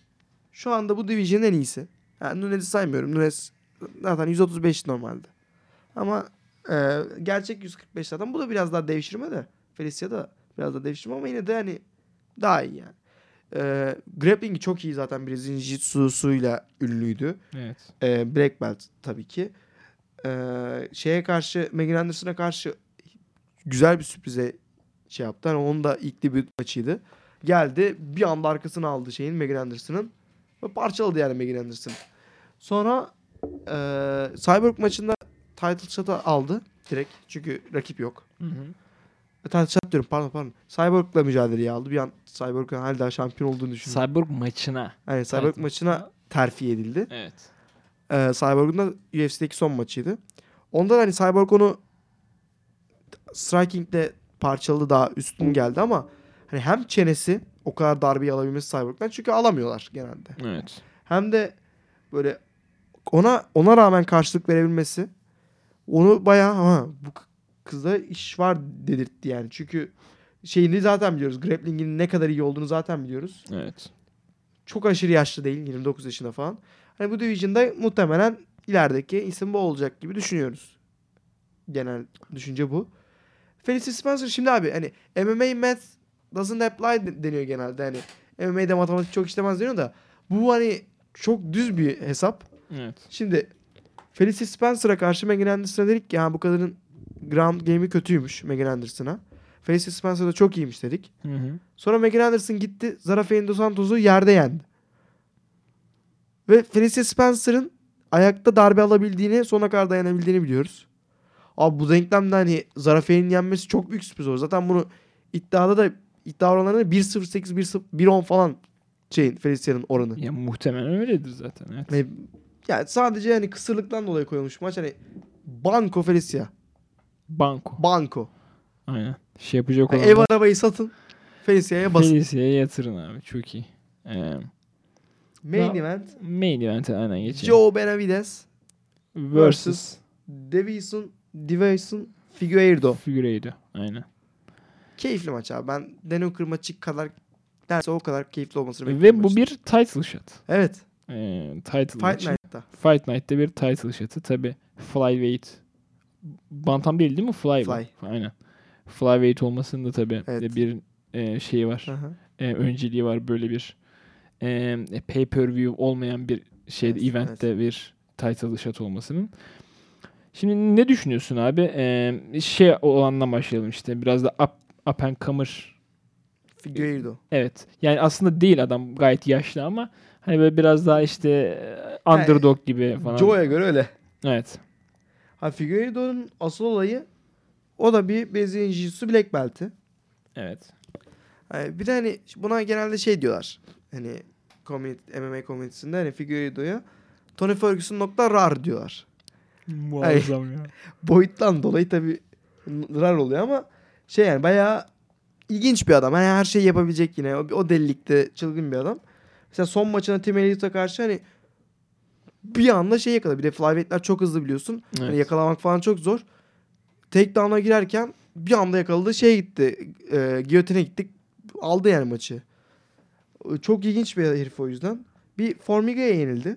şu anda bu division'ın en iyisi. Yani Nunes'i saymıyorum. Nunes zaten yüz otuz beş normalde. Ama e, gerçek yüz kırk beş zaten. Bu da biraz daha devşirme de. Felicia da biraz daha devşirme ama yine de hani daha iyi yani. E, grappling'i çok iyi zaten. Brazilian Jiu-Jitsu'suyla ünlüydü. Evet. E, Black Belt tabii ki. E, şeye karşı, Megan Anderson'a karşı güzel bir sürprize şey yaptı. Hani onun da ilk debut maçıydı. Geldi bir anda arkasına aldı şeyin, Megan Anderson'ın. Ve parçaladı yani Megan Anderson. Sonra e, Cyborg maçında title shot'ı aldı direkt. Çünkü rakip yok. Hı hı. E, title shot diyorum, pardon pardon. Cyborg'la mücadeleyi aldı. Bir an Cyborg'un hala daha şampiyon olduğunu düşündüm. Cyborg maçına. Yani Cyborg Title. maçına terfi edildi. Evet. E, Cyborg'un da U F C'deki son maçıydı. Onda da hani Cyborg onu striking'de parçaladı, daha üstün geldi ama hani hem çenesi o kadar darbeyi alabilmesi Cyborg'dan, çünkü alamıyorlar genelde. Evet. Hem de böyle ona ona rağmen karşılık verebilmesi onu bayağı ha bu k- kızda iş var dedirtti yani. Çünkü şeyini zaten biliyoruz. Grappling'in ne kadar iyi olduğunu zaten biliyoruz. Evet. Çok aşırı yaşlı değil. yirmi dokuz yaşında falan. Hani bu division'da muhtemelen ilerideki isim bu olacak gibi düşünüyoruz. Genel düşünce bu. Felicia Spencer şimdi abi hani M M A math doesn't apply de- deniyor genelde. Hani M M A'de matematik çok işlemez deniyor da bu hani çok düz bir hesap. Evet. Şimdi Felicia Spencer'a karşı Megan Anderson'a dedik ki ya bu kadının ground game'i kötüymüş Megan Anderson'a. Felicia Spencer da çok iyiymiş dedik. Hı hı. Sonra Megan Anderson gitti Zara Faye dos Santos'u yerde yendi. Ve Felicia Spencer'ın ayakta darbe alabildiğini, sona kadar dayanabildiğini biliyoruz. Abi bu denklemde hani Zara Faye'nin yenmesi çok büyük sürpriz olur. Zaten bunu iddiada da iddia oranlarında bir sıfır sekiz bir sıfır bir on falan şeyin Felicia'nın oranı. Ya muhtemelen öyledir zaten. Evet. Hani, yani sadece hani kısırlıktan dolayı koyulmuş maç. Hani Banco Felicia. Banko. Banco. Aynen. Şey yapacak Yani olanlar. ev arabayı satın. Felicia'ya basın. Felicia'ya yatırın abi. Çok iyi. Ee, Main Ya- event. main event'e aynen geçelim. Joe Benavidez. versus Davison, Davison Figueiredo. Figueiredo. Aynen. Keyifli maç abi. Ben Daniel maçı kadar derse o kadar keyifli olmasını Ve bekliyorum. bu maçın. bir title shot. Evet. Ee, title Fight maçı. Night'ta. Fight Night'te bir title shot'ı. Tabi flyweight. Bantam değil değil mi? Fly. Fly. Bu. Aynen. Flyweight olmasının da tabi Evet. bir e, şeyi var. Aha. E, önceliği var böyle bir e, pay-per-view olmayan bir şeyde Evet, eventte evet. bir title shot olmasının. Şimdi ne düşünüyorsun abi? E, şey olandan başlayalım işte. Biraz da up, up and comer. Figueiredo. Evet. Yani aslında değil, adam gayet yaşlı ama hani böyle biraz daha işte e, underdog gibi falan. Joe'ya göre öyle. Evet. Ha Figueiredo'nun asıl olayı o da bir Brazilian Jiu-Jitsu Black Belt'i. Evet. Yani bir de hani buna genelde şey diyorlar. Hani community, M M A komünitesinde hani Figueiredo'ya Tony Ferguson nokta rar diyorlar. Muazzam ya. Boyuttan dolayı tabii rar oluyor ama şey yani bayağı ilginç bir adam. Yani her şeyi yapabilecek yine. O, o delilikte çılgın bir adam. Mesela son maçına Tim Elliott'a karşı hani bir anda şey yakaladı. Bir de flyweight'ler çok hızlı biliyorsun. Evet. Hani yakalamak falan çok zor. Takedown'a girerken bir anda yakaladı. Şeye gitti. E, giyotine gittik. Aldı yani maçı. Çok ilginç bir herif o yüzden. Bir Formiga'ya yenildi.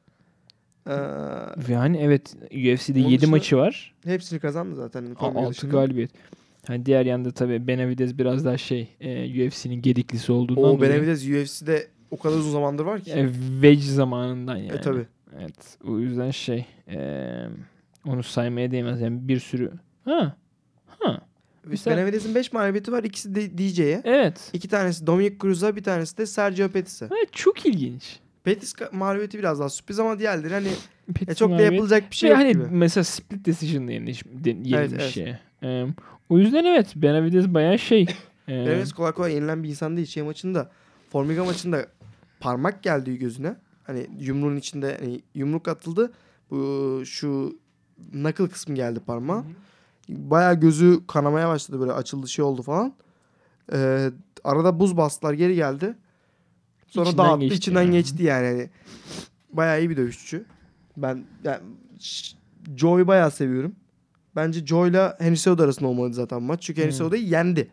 Ee, Ve hani evet, U F C'de Onun yedi dışında- maçı var. hepsini kazandı zaten. Formiga altı dışında. galibiyet. Hani diğer yanda tabii Benavidez biraz daha şey e, U F C'nin gediklisi olduğundan O dolayı. Benavidez U F C'de o kadar uzun zamandır var ki. E, Wedge zamanından yani. E tabi. Evet. O yüzden şey e, onu saymaya değmez. Yani bir sürü. Ha. Ha. Mesela- Benavidez'in beş mağlubiyeti var. İkisi de D J'ye. Evet. İki tanesi Dominic Cruz'a, bir tanesi de Sergio Pettis'e. Evet, çok ilginç. Pettis ka- mağlubiyeti biraz daha sürpriz ama diğerleri hani ya Pettis çok da mağlubiyet. yapılacak bir şey Ve yok hani gibi. mesela split decision'la yenilmiş, de- yenilmiş Evet, evet. şey. E, o yüzden evet, Benavidez bayağı şey. E, Benavidez kolay kolay yenilen bir insan değil. Şey maçında, Formiga maçında parmak geldi gözüne. Hani yumruğun içinde hani yumruk atıldı. Bu şu knuckle kısmı geldi parmağa. Bayağı gözü kanamaya başladı, böyle açıldı, şey oldu falan. Ee, arada buz bastılar, geri geldi. Sonra İçinden dağıttı, geçti içinden yani. geçti yani. Hani bayağı iyi bir dövüşçü. Ben yani Ş- Joe'yu bayağı seviyorum. Bence Joe'yla Henry Cejudo arasında olmalı zaten maç. Çünkü Henry Hmm. Cejudo'yu yendi.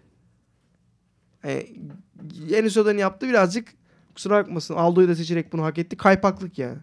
Yani, Henry Cejudo'nun yaptığı birazcık, kusura bakmasın, Aldo'yu da seçerek bunu hak etti. Kaypaklık yani.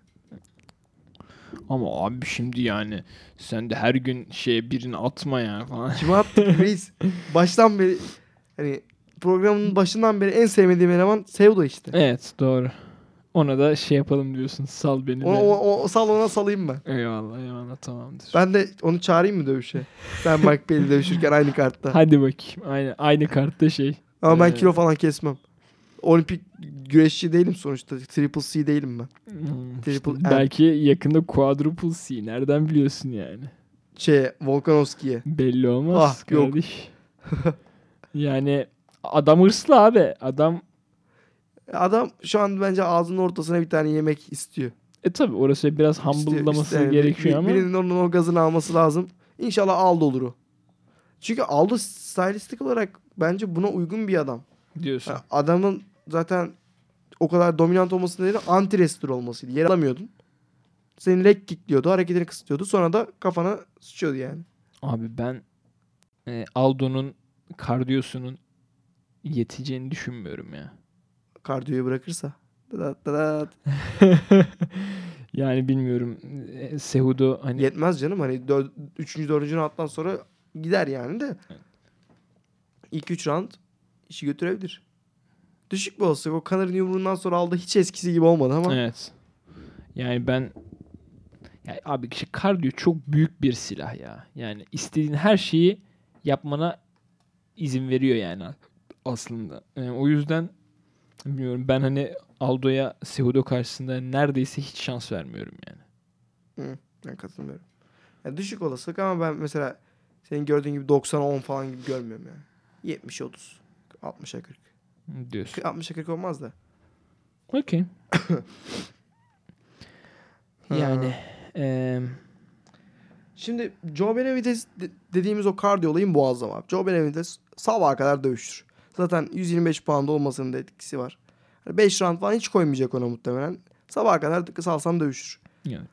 Ama abi şimdi yani sen de her gün şey birini atma ya falan. Kime attık reis? Baştan beri hani programın başından beri en sevmediğim eleman Cejudo işte. Evet, doğru. Ona da şey yapalım diyorsun. Sal beni O, de. o, o sal ona salayım ben. Eyvallah eyvallah, tamamdır. Ben de onu çağırayım mı dövüşe? Sen Mike Bailey dövüşürken aynı kartta. Hadi bakayım. Aynı aynı kartta şey. Ama ben Ee, kilo falan kesmem. Olimpik güreşçi değilim sonuçta. Triple C değilim ben. hmm, Triple işte M. belki yakında quadruple C. Nereden biliyorsun yani? Şey, Volkanovski'ye. Belli olmaz Ah, yok. kardeş. Yani adam hırslı abi. Adam Adam şu an bence ağzının ortasına bir tane yemek istiyor. e tabi orası biraz İstiyor, humble'laması istiyor. Yani gerekiyor bir- ama. Birinin onun o gazını alması lazım. İnşallah Aldo olur o. Çünkü Aldo stylistik olarak bence buna uygun bir adam. Diyorsun. Yani adamın zaten o kadar dominant olması nedeni anti-wrestler olmasıydı. Yer alamıyordun. Seni leg kickliyordu, hareketini kısıtlıyordu. Sonra da kafana sıçıyordu yani. Abi ben e, Aldo'nun kardiyosunun yeteceğini düşünmüyorum ya. Kardiyoyu bırakırsa. Dıdat dıdat. Yani bilmiyorum. E, Cejudo hani Yetmez canım. Hani dör, üçüncü, dördüncü rounddan sonra gider yani de. İlk üç round işi götürebilir. Düşük bir olsa o Connor'ın yumruğundan sonra aldı, hiç eskisi gibi olmadı ama. evet. Yani ben yani abi işte kardiyo çok büyük bir silah ya. Yani istediğin her şeyi yapmana izin veriyor yani aslında. E, o yüzden bilmiyorum, ben hani Aldo'ya Cejudo karşısında neredeyse hiç şans vermiyorum yani. Hı, ben katılmıyorum. Yani düşük olasılık ama ben mesela senin gördüğün gibi doksan on falan gibi görmüyorum yani. yetmiş otuz. altmışa kırk. Diyorsun. altmışa kırk olmaz da. Okey. Ha. Yani eee Şimdi Joe Benavidez de- dediğimiz o kardiyo olayı muazzam abi. Joe Benavidez sabaha kadar dövüşür. Zaten yüz yirmi beş puanda olmasının da etkisi var. Hani beş round falan hiç koymayacak ona muhtemelen. Sabaha kadar salsan dövüşür. evet.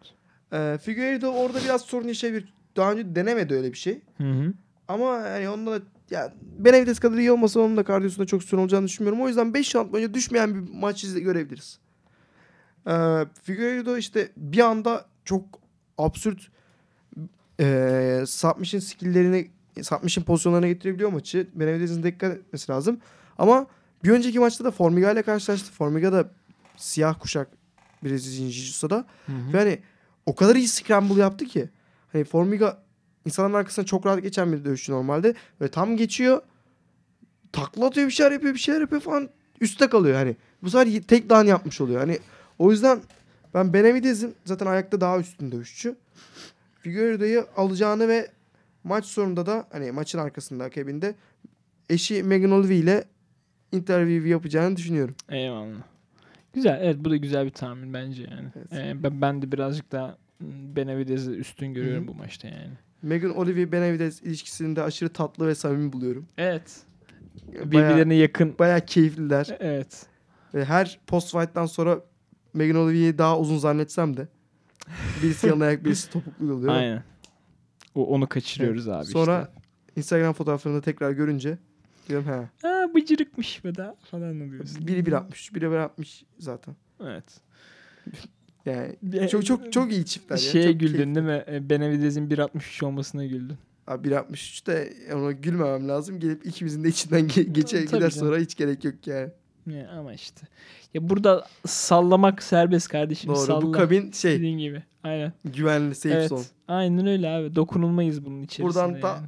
Ee, Figueiredo orada biraz sorun yaşayabilir. Daha önce denemedi öyle bir şey. Hı hı. Ama yani onda da ya Benavides kadar iyi olmasa onun da kardiyosunda çok sorun olacağını düşünmüyorum. O yüzden beş round boyunca düşmeyen bir maç izle görebiliriz. Ee, Figueiredo işte bir anda çok absürt e, submission skill'lerini submission pozisyonlarına getirebiliyor maçı. Benavides'in dikkat etmesi lazım. Ama bir önceki maçta da Formiga ile karşılaştı. Formiga da siyah kuşak Brezilya Jiu-Jitsu'da. Hı hı. Ve hani o kadar iyi scramble yaptı ki. Hani Formiga insanların arkasına çok rahat geçen bir dövüşçü normalde. Ve tam geçiyor. Takla atıyor, bir şeyler yapıyor, bir şeyler yapıyor falan. Üstte kalıyor hani. Bu sefer tek down yapmış oluyor. Hani o yüzden ben Benavides'in zaten ayakta daha üstün dövüşçü. Figueiredo'yu alacağını ve maç sonunda da hani maçın arkasında akabinde eşi Megan Olivi ile interview yapacağını düşünüyorum. Eyvallah. Güzel. Evet, bu da güzel bir tahmin bence yani. Evet. Ee, ben, ben de birazcık daha mm, Benavides'i üstün görüyorum Hı hı. bu maçta yani. Megan Olivi Benavides ilişkisini de aşırı tatlı ve samimi buluyorum. Evet. Bayağı, Birbirlerine yakın. bayağı keyifliler. Evet. Ve her post fight'tan sonra Megan Olivi'yi daha uzun zannetsem de birisi yalın ayak, birisi topuklu oluyor. Aynen. O, onu kaçırıyoruz abi Sonra işte. Instagram fotoğraflarını tekrar görünce diyorum ha. Ha, bıcırıkmış be da falan oluyorsun. Biri bir altmış, biri bir altmış zaten. Evet. Yani Bir- çok çok çok iyi çiftler ya. Şeye Çok güldün keyifli. değil mi? E, Benavides'in bir altmış üç olmasına güldün. Abi bir altmış üçte ona gülmemem lazım. Gelip ikimizin de içinden ge- geçe Tabii gider canım. sonra hiç gerek yok yani. Ya, ama işte. Ya burada sallamak serbest kardeşim. Doğru. Salla. Bu kabin şey Dediğin gibi. Aynen. güvenli safe Evet. zone. Aynen öyle abi. Dokunulmayız bunun içerisinde. Buradan ta- yani.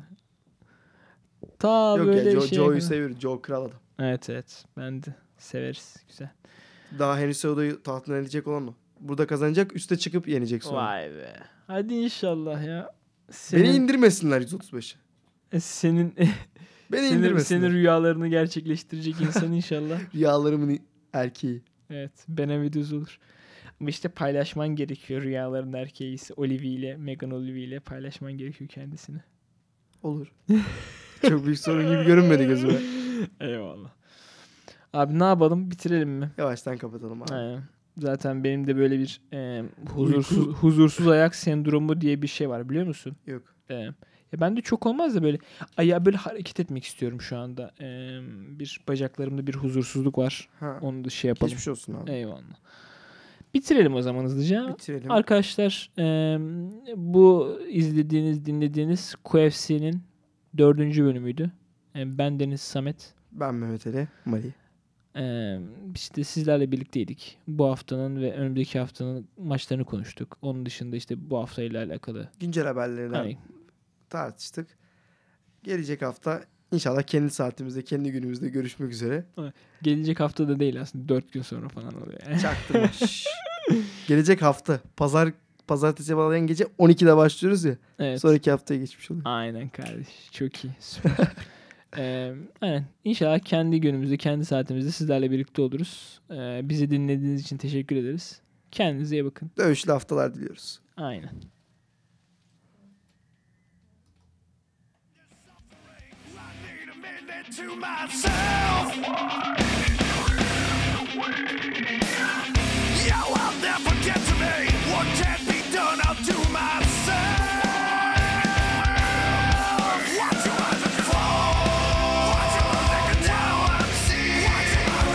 Ta Yok böyle ya Joe, şey. Joe'yu seviyoruz. Joe kral adam. Evet evet. Ben de severiz. Güzel. Daha Henry Cejudo'yu tahtına edecek olan o. Burada kazanacak, üste çıkıp yenecek sonra. Vay be. Hadi inşallah ya. Beni Senin, indirmesinler yüz otuz beşe. senin, Beni senin, indirmesinler. senin rüyalarını gerçekleştirecek insan inşallah. Rüyalarımın erkeği. Evet. Benavides olur. Ama işte paylaşman gerekiyor rüyaların erkeği ise Olivi ile, Megan Olivi ile paylaşman gerekiyor kendisini. Olur. Çok büyük sorun gibi görünmedi gözüme. Eyvallah. Abi ne yapalım? Bitirelim mi? Yavaştan kapatalım abi. Aynen. Zaten benim de böyle bir e, huzursuz huzursuz ayak sendromu diye bir şey var, biliyor musun? Yok. E, ya ben de çok olmaz da böyle ayağı böyle hareket etmek istiyorum şu anda. E, bir bacaklarımda bir huzursuzluk var. Ha. Onu da şey yapalım. Geçmiş olsun abi. Eyvallah. Bitirelim o zaman hızlıca. Bitirelim. Arkadaşlar e, bu izlediğiniz, dinlediğiniz Q F C'nin dördüncü bölümüydü. E, ben Deniz Samet. Ben Mehmet Ali. Mali. Ee, işte sizlerle birlikteydik. Bu haftanın ve önümüzdeki haftanın maçlarını konuştuk. Onun dışında işte bu haftayla alakalı. Güncel haberlerden Hani tartıştık. Gelecek hafta inşallah kendi saatimizde, kendi günümüzde görüşmek üzere. gelecek hafta da değil aslında. Dört gün sonra falan oluyor. Yani. Çaktırma. Şşş. Gelecek hafta. Pazar Pazartesi bağlayan gece on ikide başlıyoruz ya. Evet. Sonraki haftaya geçmiş oluyor. Aynen kardeş. Çok iyi. Süper. ee, aynen. İnşallah kendi günümüzde, kendi saatimizde sizlerle birlikte oluruz. Ee, bizi dinlediğiniz için teşekkür ederiz. Kendinize iyi bakın. Dövüşlü haftalar diliyoruz. Aynen. To myself.